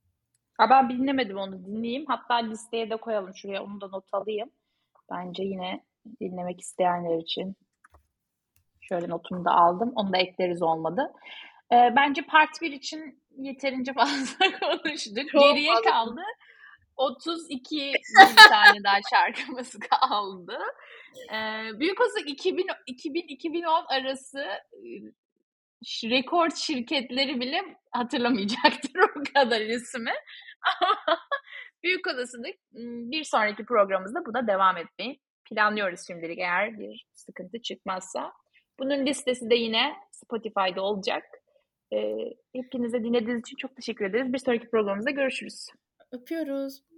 B: A, ben dinlemedim onu, dinleyeyim. Hatta listeye de koyalım şuraya, onu da not alayım. Bence yine dinlemek isteyenler için. Şöyle notumu da aldım. Onu da ekleriz olmadı. Eee, bence part bir için yeterince fazla konuştuk.
A: Çok
B: Geriye
A: fazla
B: kaldı
A: konuştuk.
B: otuz iki bin tane daha şarkımız kaldı. Eee, Büyük Olasılık iki bin iki bin iki bin on arası ııı, ş rekord şirketleri bile hatırlamayacaktır o kadar ismi. Ama büyük olasılık, ımm, bir sonraki programımızda buna devam etmeyi planlıyoruz şimdilik eğer bir sıkıntı çıkmazsa. Bunun listesi de yine Spotify'da olacak. Eee, hepinize dinlediğiniz için çok teşekkür ederiz. Bir sonraki programımızda görüşürüz.
A: Öpüyoruz.